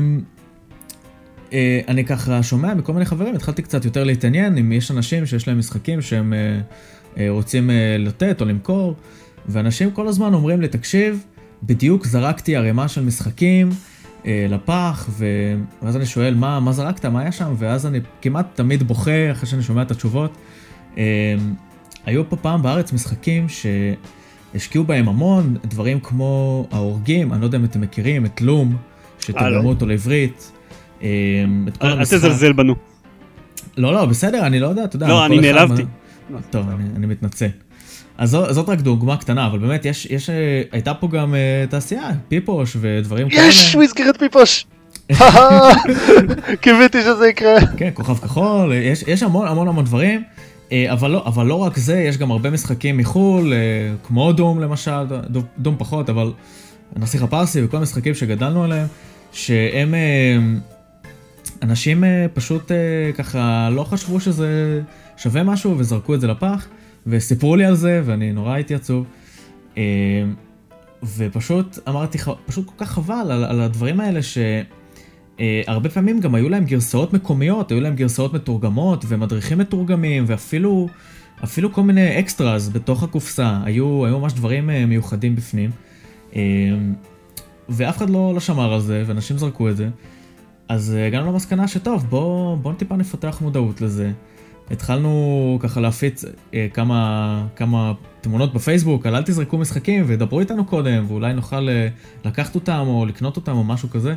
אני ככה שומע מכל מיני חברים, התחלתי קצת יותר להתעניין אם יש אנשים שיש להם משחקים שהם רוצים לתת או למכור, ואנשים כל הזמן אומרים לי, תקשיב, בדיוק זרקתי ערימה של משחקים לפח, ואז אני שואל, מה, מה זרקת, מה היה שם? ואז אני כמעט תמיד בוכה אחרי שאני שומע את התשובות. היו פה פעם בארץ משחקים שהשקיעו בהם המון, דברים כמו ההורגים, אני לא יודע אם אתם מכירים, את לום, שתרגמו אותו לעברית.
אל תזלזל בנו.
לא, לא, בסדר, אני לא יודע, אתה יודע.
לא, אני נעלבתי.
טוב, אני מתנצל. אז זאת רק דוגמה קטנה, אבל באמת יש, הייתה פה גם תעשייה, פיפוש ודברים כאלה.
יש, הוא הזכיר את פיפוש. קיוויתי שזה יקרה.
כן, כוכב כחול, יש המון המון המון דברים, אבל לא, אבל לא רק זה, יש גם הרבה משחקים מחול, כמו דום למשל, דום פחות, אבל הנסיך הפרסי וכל המשחקים שגדלנו עליהם, שהם אנשים פשוט ככה לא חשבו שזה שווה משהו וזרקו את זה לפח וסיפרו לי על זה ואני נורא הייתי עצוב, ופשוט אמרתי פשוט כל כך חבל על, על הדברים האלה שהרבה פעמים גם היו להם גרסאות מקומיות, היו להם גרסאות מתורגמות ומדריכים מתורגמים ואפילו אפילו כל מיני אקסטראז בתוך הקופסה, היו, היו ממש דברים מיוחדים בפנים, ואף אחד לא, לא שמר על זה ואנשים זרקו את זה. אז הגענו למסקנה שטוב, בוא, בוא טיפה נפתח מודעות לזה. התחלנו ככה להפיץ אה, כמה, כמה תמונות בפייסבוק, על אל תזרקו משחקים ודברו איתנו קודם, ואולי נוכל אה, לקחת אותם או לקנות אותם או משהו כזה.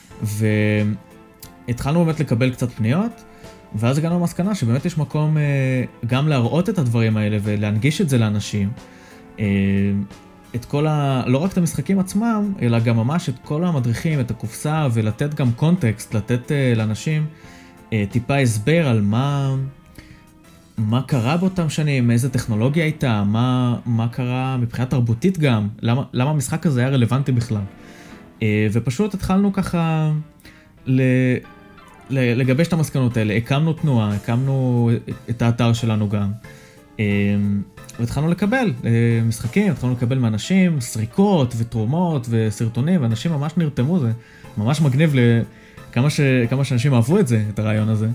והתחלנו באמת לקבל קצת פניות, ואז הגענו למסקנה שבאמת יש מקום אה, גם להראות את הדברים האלה ולהנגיש את זה לאנשים. אה, את כל ה... לא רק את המשחקים עצמם, אלא גם ממש את כל המדריכים, את הקופסה, ולתת גם קונטקסט, לתת uh, לאנשים uh, טיפה הסבר על מה, מה קרה באותם שנים, איזה טכנולוגיה הייתה, מה, מה קרה מבחינה תרבותית גם, למה, למה המשחק הזה היה רלוונטי בכלל. Uh, ופשוט התחלנו ככה ל... לגבש את המסקנות האלה, הקמנו תנועה, הקמנו את האתר שלנו גם. Uh, והתחלנו לקבל משחקים, התחלנו לקבל מאנשים, סריקות ותרומות וסרטונים, ואנשים ממש נרתמו, זה ממש מגניב לכמה ש... כמה שאנשים אהבו את זה, את הרעיון הזה.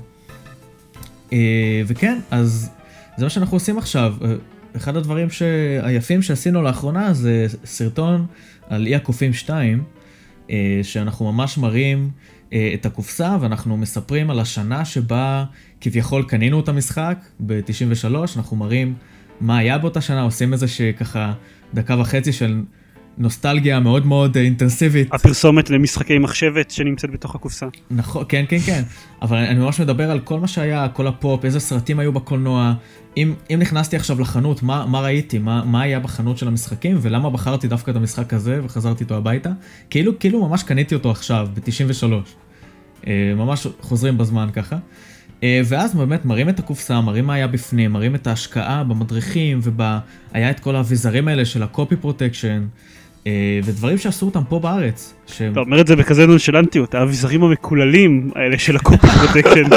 וכן, אז זה מה שאנחנו עושים עכשיו. אחד הדברים היפים שעשינו לאחרונה זה סרטון על אי הקופים שתיים, שאנחנו ממש מראים את הקופסה, ואנחנו מספרים על השנה שבה כביכול קנינו את המשחק, ב-תשעים ושלוש, אנחנו מראים מה היה באותה שנה, עושים איזה שככה דקה וחצי של נוסטלגיה מאוד מאוד אינטנסיבית.
הפרסומת למשחקי מחשבת שנמצאת בתוך הקופסה.
נכון, כן, כן, כן. אבל אני ממש מדבר על כל מה שהיה, כל הפופ, איזה סרטים היו בקולנוע. אם, אם נכנסתי עכשיו לחנות, מה, מה ראיתי? מה, מה היה בחנות של המשחקים? ולמה בחרתי דווקא את המשחק הזה וחזרתי איתו הביתה? כאילו, כאילו ממש קניתי אותו עכשיו, ב-תשעים ושלוש. ממש חוזרים בזמן ככה. ואז באמת מראים את הקופסה, מראים מה היה בפנים, מראים את ההשקעה במדריכים, והיה את כל האביזרים האלה של הקופי פרוטקשן, ודברים שעשו אותם פה בארץ.
אתה אומר את זה בכזה נונשלנטיות, האביזרים המקוללים האלה של הקופי פרוטקשן,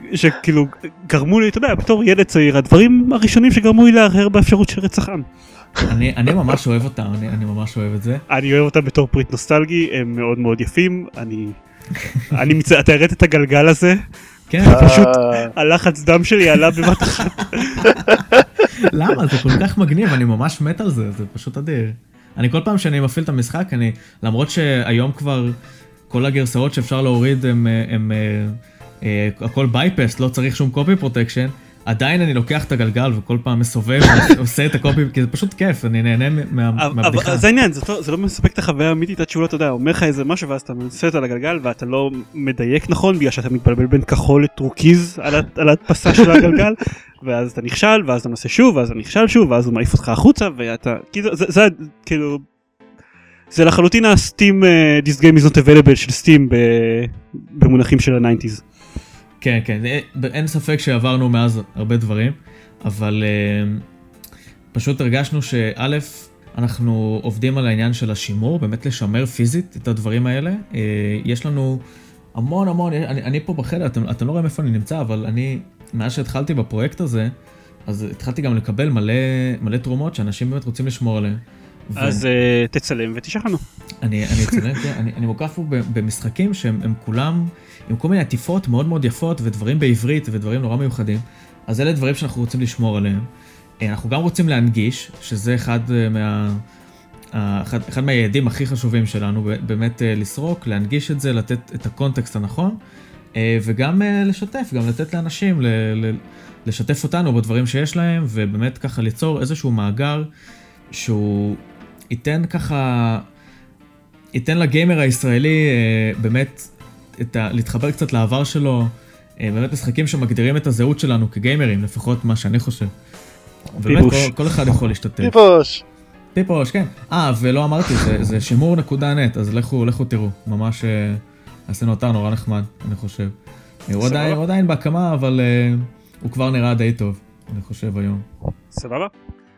שכאילו גרמו לי, אתה יודע, בתור ילד צעיר, הדברים הראשונים שגרמו לי להרהר באפשרות של רצח עם.
אני, אני ממש אוהב אותם, אני, אני ממש אוהב את זה.
אני אוהב אותם בתור פריט נוסטלגי, הם מאוד מאוד יפים, אני, אני מצא, אתה הראת את הגלגל הזה,
כן.
פשוט הלחץ דם שלי עלה בבת אחת.
למה? זה כל כך מגניב, אני ממש מת על זה, זה פשוט אדיר. אני כל פעם שאני מפעיל את המשחק, אני, למרות שהיום כבר כל הגרסאות שאפשר להוריד הם, הם, הם הכל בייפס, לא צריך שום קופי פרוטקשן, עדיין אני לוקח את הגלגל וכל פעם מסובב ועושה את הקופי, כי זה פשוט כיף, אני נהנה מהבדיחה.
אבל זה העניין, זה לא מספק את החוויה האמיתית עד שהוא לא, אתה יודע, אומר לך איזה משהו ואז אתה מנסה על הגלגל ואתה לא מדייק נכון, בגלל שאתה מתבלבל בין כחול לטרוקיז על ההדפסה של הגלגל, ואז אתה נכשל, ואז אתה מנסה שוב, ואז אתה נכשל שוב, ואז הוא מעיף אותך החוצה, ואתה, זה כאילו, זה לחלוטין הסטים, this game is not available של סטים במונחים של ה-תשעים.
כן, כן, אין ספק שעברנו מאז הרבה דברים, אבל uh, פשוט הרגשנו שא', אנחנו עובדים על העניין של השימור, באמת לשמר פיזית את הדברים האלה. Uh, יש לנו המון המון, אני, אני פה בחדר, אתם, אתם לא רואים איפה אני נמצא, אבל אני, מאז שהתחלתי בפרויקט הזה, אז התחלתי גם לקבל מלא, מלא תרומות שאנשים באמת רוצים לשמור עליהם.
אז ו... uh, תצלם ותשלח לנו.
אני, אני אצלם, אני, אני מוקף פה במשחקים שהם הם כולם, עם כל מיני עטיפות מאוד מאוד יפות ודברים בעברית ודברים נורא מיוחדים. אז אלה דברים שאנחנו רוצים לשמור עליהם. אנחנו גם רוצים להנגיש, שזה אחד מה... אחד, אחד מהיעדים הכי חשובים שלנו, באמת לסרוק, להנגיש את זה, לתת את הקונטקסט הנכון, וגם לשתף, גם לתת לאנשים, לשתף אותנו בדברים שיש להם, ובאמת ככה ליצור איזשהו מאגר, שהוא ייתן ככה, ייתן לגיימר הישראלי באמת את ה, להתחבר קצת לעבר שלו, באמת משחקים שמגדירים את הזהות שלנו כגיימרים, לפחות מה שאני חושב. באמת כל, כל אחד יכול להשתתף.
פיפוש.
פיפוש, כן. אה, ולא אמרתי, זה, זה שימור נקודה נט, אז לכו, לכו תראו. ממש עשינו אותה נורא נחמד, אני חושב. הוא עדיין, הוא עדיין בהקמה, אבל uh, הוא כבר נראה די טוב, אני חושב היום.
סבבה.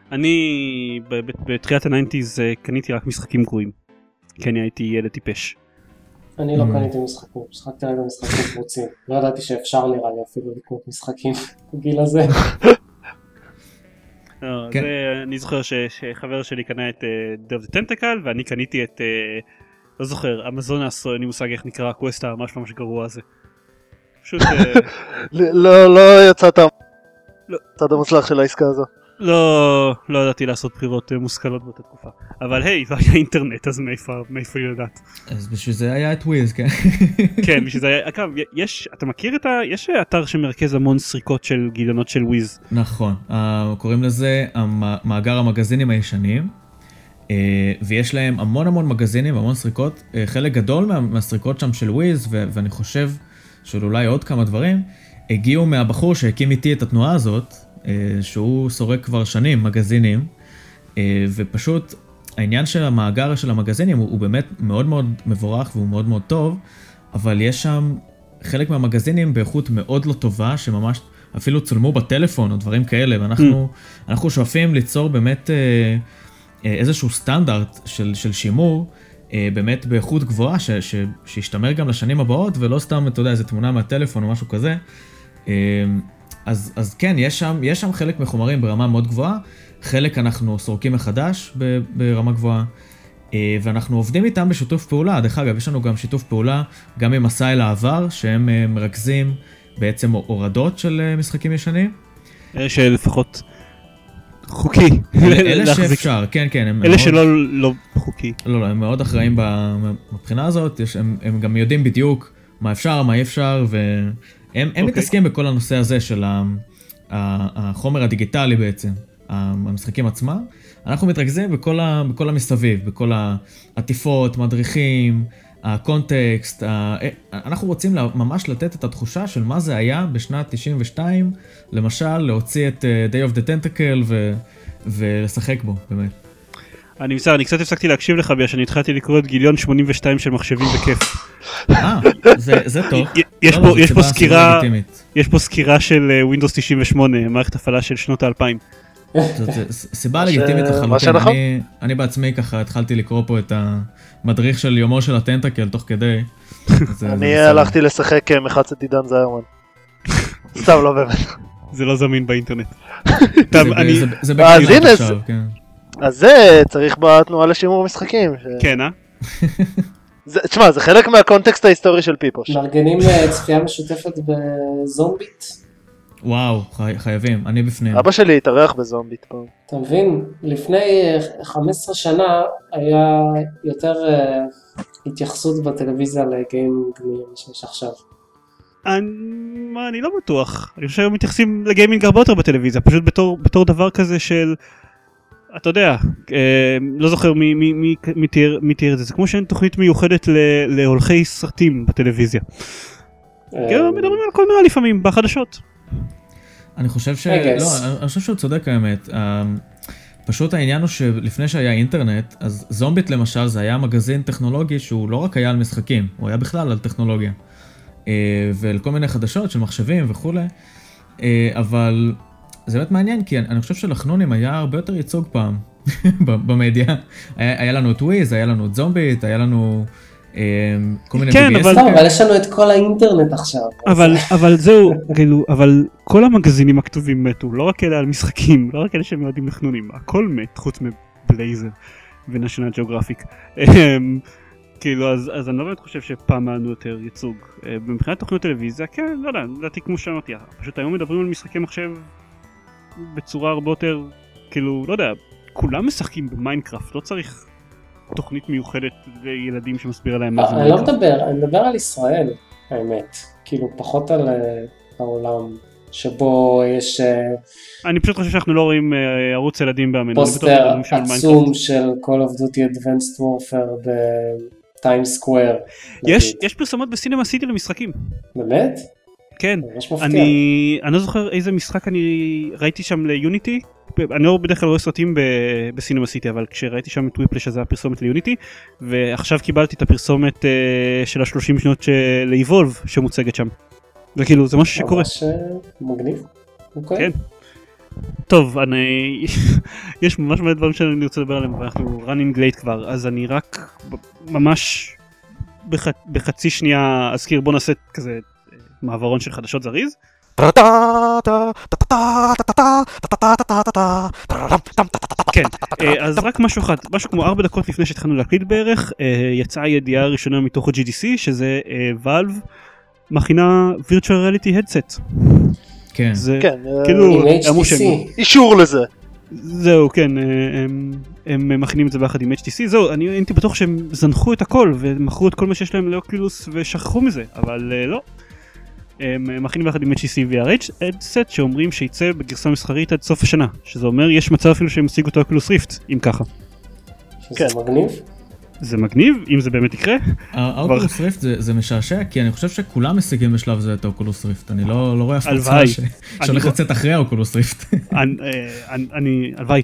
אני בתחילת ה-תשעים קניתי רק משחקים גרועים, כי אני הייתי ילד טיפש.
אני לא קניתי משחקים, משחקתי רק במשחקים פרוצים. לא ידעתי שאפשר נראה לי אפילו לקנות משחקים בגיל הזה.
אני זוכר שחבר שלי קנה את Day of the Tentacle, ואני קניתי את, לא זוכר, אמזונס, אין לי מושג איך נקרא, הקווסט הממש ממש גרוע הזה. פשוט...
לא יצאת הצד המוצלח של העסקה הזו.
לא, לא ידעתי לעשות בחירות מושכלות באותה תקופה. אבל היי, זה היה אינטרנט, אז מאיפה יודעת?
אז בשביל זה היה את וויז, כן?
כן, בשביל זה היה, אגב, יש, אתה מכיר את ה... יש אתר שמרכז המון סריקות של גיליונות של וויז.
נכון, קוראים לזה מאגר המגזינים הישנים, ויש להם המון המון מגזינים, המון סריקות, חלק גדול מהסריקות שם של וויז, ואני חושב של אולי עוד כמה דברים, הגיעו מהבחור שהקים איתי את התנועה הזאת, שהוא סורק כבר שנים מגזינים, ופשוט העניין של המאגר של המגזינים הוא, הוא באמת מאוד מאוד מבורך והוא מאוד מאוד טוב, אבל יש שם חלק מהמגזינים באיכות מאוד לא טובה, שממש אפילו צולמו בטלפון או דברים כאלה, ואנחנו mm. אנחנו שואפים ליצור באמת איזשהו סטנדרט של, של שימור, באמת באיכות גבוהה, ש, ש, שישתמר גם לשנים הבאות, ולא סתם, אתה יודע, איזו תמונה מהטלפון או משהו כזה. אז, אז כן, יש שם, יש שם חלק מחומרים ברמה מאוד גבוהה, חלק אנחנו סורקים מחדש ב, ברמה גבוהה, ואנחנו עובדים איתם בשיתוף פעולה. דרך אגב, יש לנו גם שיתוף פעולה, גם עם מסע אל העבר, שהם מרכזים בעצם הורדות של משחקים ישנים.
אלה שלפחות חוקי.
אלה שאפשר, כן, כן.
אלה שלא לא חוקי.
לא, לא, הם מאוד אחראים מבחינה הזאת, יש, הם, הם גם יודעים בדיוק מה אפשר, מה אי אפשר, והם הם okay. מתעסקים בכל הנושא הזה של החומר הדיגיטלי בעצם, המשחקים עצמם. אנחנו מתרכזים בכל, ה, בכל המסביב, בכל העטיפות, מדריכים, הקונטקסט, ה... אנחנו רוצים ממש לתת את התחושה של מה זה היה בשנת תשעים ושתיים, למשל להוציא את Day of the Tentacle ו... ולשחק בו, באמת.
אני מצטער, אני קצת הפסקתי להקשיב לך ביה שאני התחלתי לקרוא את גיליון שמונים ושתיים של מחשבים בכיף.
אה, זה, זה טוב.
יש פה, יש פה סקירה, יש פה סקירה של Windows תשעים ושמונה, מערכת הפעלה של שנות האלפיים.
זאת סיבה לגיטימית לחלוטין. אני, אני בעצמי ככה התחלתי לקרוא פה את המדריך של יומו של הטנטקל תוך כדי.
אני הלכתי לשחק מחצת עידן זיירמן. סתם לא באמת.
זה לא זמין באינטרנט.
זה בקריאה עכשיו, כן.
אז זה צריך בתנועה לשימור משחקים.
כן, אה?
תשמע, זה חלק מהקונטקסט ההיסטורי של פיפוש.
מארגנים צפייה משותפת בזומביט?
וואו, חייבים, אני בפנים.
אבא שלי התארח בזומביט פה.
אתה מבין, לפני חמש עשרה שנה היה יותר התייחסות בטלוויזיה לגיימינג שיש עכשיו.
אני לא בטוח, אני חושב שהם מתייחסים לגיימינג הרבה יותר בטלוויזיה, פשוט בתור דבר כזה של, אתה יודע, לא זוכר מי תיאר את זה, זה כמו שאין תוכנית מיוחדת להולכי סרטים בטלוויזיה. מדברים על קולנוע לפעמים, בחדשות.
אני חושב ש... לא, אני חושב שהוא צודק האמת. פשוט העניין הוא שלפני שהיה אינטרנט, אז זומביט למשל זה היה מגזין טכנולוגי שהוא לא רק היה על משחקים, הוא היה בכלל על טכנולוגיה. ועל כל מיני חדשות של מחשבים וכו'. אבל זה באמת מעניין, כי אני חושב שלחנונים היה הרבה יותר ייצוג פעם במדיה. היה לנו את וויז, היה לנו את זומביט, היה לנו כל מיני...
כן, אבל...
אבל יש לנו את כל האינטרנט עכשיו.
אבל זהו, כאילו, אבל כל המגזינים הכתובים מתו, לא רק אלה על משחקים, לא רק אלה שהם יודעים לחנונים, הכל מת, חוץ מבלייזר ונשיונל ג'אוגרפיק. כאילו, אז, אז אני לא באמת חושב שפעם היה לנו יותר ייצוג. מבחינת תוכניות טלוויזיה, כן, לא יודע, לדעתי כמו שאמרתי, פשוט היום מדברים על משחקי מחשב בצורה הרבה יותר, כאילו, לא יודע, כולם משחקים במיינקראפט, לא צריך תוכנית מיוחדת לילדים שמסביר להם מה זה מיינקראפט.
אני לא מדבר, אני מדבר על ישראל, האמת, כאילו, פחות על העולם שבו יש...
אני פשוט חושב שאנחנו לא רואים ערוץ ילדים באמן.
פוסטר עצום של Call of Duty Advanced Warfare ב... טיים סקוואר.
יש, יש פרסומות בסינמה סיטי למשחקים.
באמת?
כן. אני, אני לא זוכר איזה משחק אני ראיתי שם ליוניטי. אני לא בדרך כלל רואה סרטים בסינמה סיטי, אבל כשראיתי שם את וויפלש, זה הפרסומת ליוניטי, ועכשיו קיבלתי את הפרסומת של ה-שלושים שנות לאיבולב שמוצגת שם. זה כאילו, זה משהו שקורה.
ממש מגניב.
כן. טוב, אני... יש ממש מלא דברים שאני רוצה לדבר עליהם, ואנחנו running late כבר, אז אני רק ממש בח... בחצי שנייה אזכיר, בוא נעשה כזה מעברון של חדשות זריז. כן, אז רק משהו אחד, משהו כמו ארבע דקות לפני שהתחלנו להקליט בערך, יצאה הידיעה הראשונה מתוך ה-ג'י די סי, שזה Valve מכינה virtual reality headset.
כן.
זה
כן,
כאילו,
עם אייץ' טי סי.
אישור לזה.
זהו, כן, הם, הם מכינים את זה ביחד עם אייץ' טי סי, זהו, אני הייתי בטוח שהם זנחו את הכל ומכרו את כל מה שיש להם לאוקילוס ושכחו מזה, אבל לא. הם מכינים ביחד עם אייץ' טי סי וי אר headset שאומרים שיצא בגרסה מסחרית עד סוף השנה, שזה אומר יש מצב אפילו שהם השיגו את האוקילוס ריפט, אם ככה.
שזה מגניב? זה
מגניב, אם זה באמת יקרה.
האוקולוס ריפט זה משעשע, כי אני חושב שכולם משיגים בשלב זה את האוקולוס ריפט. אני לא רואה אף מצב שהולך לצאת אחרי האוקולוס ריפט.
אני, הלוואי.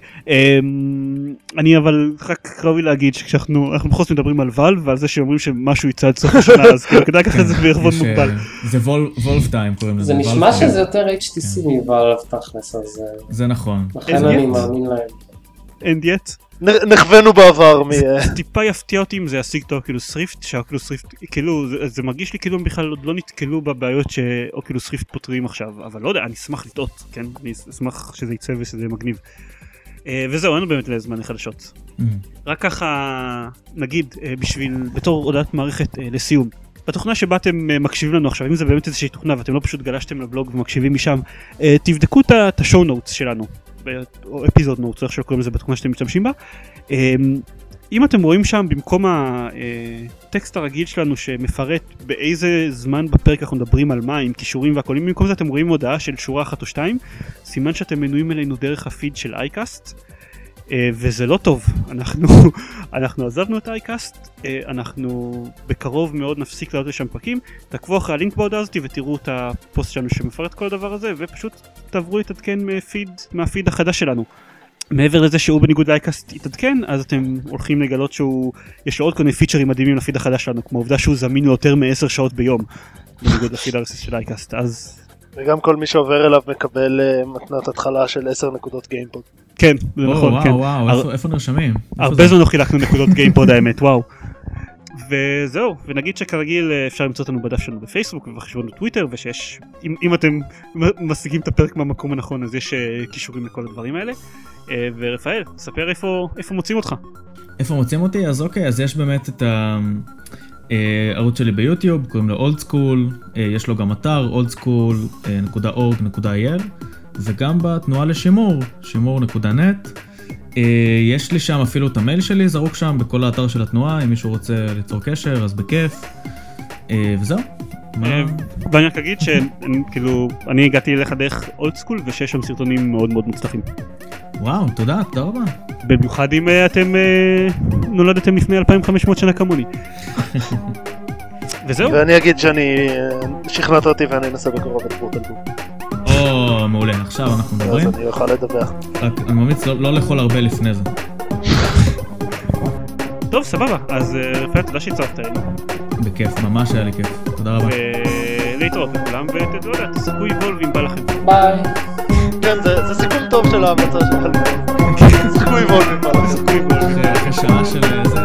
אני אבל רק ראוי להגיד שכשאנחנו בכל זאת מדברים על ואלב ועל זה שאומרים שמשהו יצא עד סוף השנה, אז כדאי ככה זה בערבון מוגבל.
זה וולף טיים קוראים לזה.
זה נשמע שזה יותר אייץ' טי סי מוואלב תכלס, אז...
זה נכון.
לכן אני מאמין להם.
And yet.
נכוונו בעבר מ...
טיפה יפתיע אותי אם זה ישיג את האוקילוס ריפט, שהאוקילוס ריפט, כאילו, זה מרגיש לי כאילו הם בכלל עוד לא נתקלו בבעיות שאוקילוס ריפט פותרים עכשיו, אבל לא יודע, אני אשמח לטעות, כן? אני אשמח שזה יצא ושזה מגניב. וזהו, אין לנו באמת לזמן חדשות. רק ככה, נגיד, בשביל, בתור הודעת מערכת לסיום, בתוכנה שבה אתם מקשיבים לנו עכשיו, אם זה באמת איזושהי תוכנה ואתם לא פשוט גלשתם לבלוג ומקשיבים משם, תבדקו את השואו נוטס שלנו. או אפיזוד נוטס, איך שקוראים לזה בתוכנה שאתם משתמשים בה. אם אתם רואים שם במקום הטקסט הרגיל שלנו שמפרט באיזה זמן בפרק אנחנו מדברים על מה, עם קישורים והכל, במקום זה אתם רואים הודעה של שורה אחת או שתיים, סימן שאתם מנויים אלינו דרך הפיד של אייקאסט, וזה לא טוב. אנחנו, אנחנו עזבנו את אייקאסט, אנחנו בקרוב מאוד נפסיק לעלות לשם פרקים, תעקבו אחרי הלינק בהודעה הזאת ותראו את הפוסט שלנו שמפרט כל הדבר הזה, ופשוט תעברו להתעדכן מהפיד, מהפיד החדש שלנו. מעבר לזה שהוא בניגוד לאייקאסט יתעדכן, אז אתם הולכים לגלות שהוא, יש לו עוד כל מיני פיצ'רים מדהימים לפיד החדש שלנו, כמו העובדה שהוא זמין לו יותר מ-עשר שעות ביום, בניגוד לפיד הרסיס של אייקאסט, אז...
וגם כל מי שעובר אליו מקבל מתנת התחלה של עשר נקודות גיימפוד.
כן, זה נכון, כן.
וואו, וואו, איפה נרשמים?
הרבה זמן לא חילקנו נקודות גיימפוד האמת, וואו. וזהו, ונגיד שכרגיל אפשר למצוא אותנו בדף שלנו בפייסבוק ובחשבון בטוויטר, ושיש, אם, אם אתם משיגים את הפרק מהמקום הנכון, אז יש קישורים לכל הדברים האלה. ורפאל, ספר איפה, איפה מוצאים אותך.
איפה מוצאים אותי? אז אוקיי, אז יש באמת את הערוץ שלי ביוטיוב, קוראים לו אולד סקול, יש לו גם אתר אולד סקול נקודה אורג נקודה איי אל, וגם בתנועה לשימור, שימור נקודה נט. יש לי שם אפילו את המייל שלי, זרוק שם בכל האתר של התנועה, אם מישהו רוצה ליצור קשר, אז בכיף. וזהו.
ואני רק אגיד שכאילו, אני הגעתי אליך דרך אולד סקול, ושיש שם סרטונים מאוד מאוד מוצלחים.
וואו, תודה, תודה רבה.
במיוחד אם אתם נולדתם לפני אלפיים וחמש מאות שנה כמוני. וזהו.
ואני אגיד שאני שכנעת אותי ואני אנסה בקרוב את פורטל טו.
או, מעולה, עכשיו אנחנו מדברים.
אז אני אוכל לדווח.
רק אני ממליץ לא לאכול הרבה לפני זה.
טוב, סבבה, אז רפאל, תודה שהצטרפת אלינו.
בכיף, ממש היה לי כיף. תודה רבה.
ולהתראות לכולם, ותדעו לה, תסקו איבולב אם בא לכם.
ביי.
כן, זה סיכום טוב של ההמצאה שלך. תסקו איבולב אם בא לכם.
אחרי שעה של זה...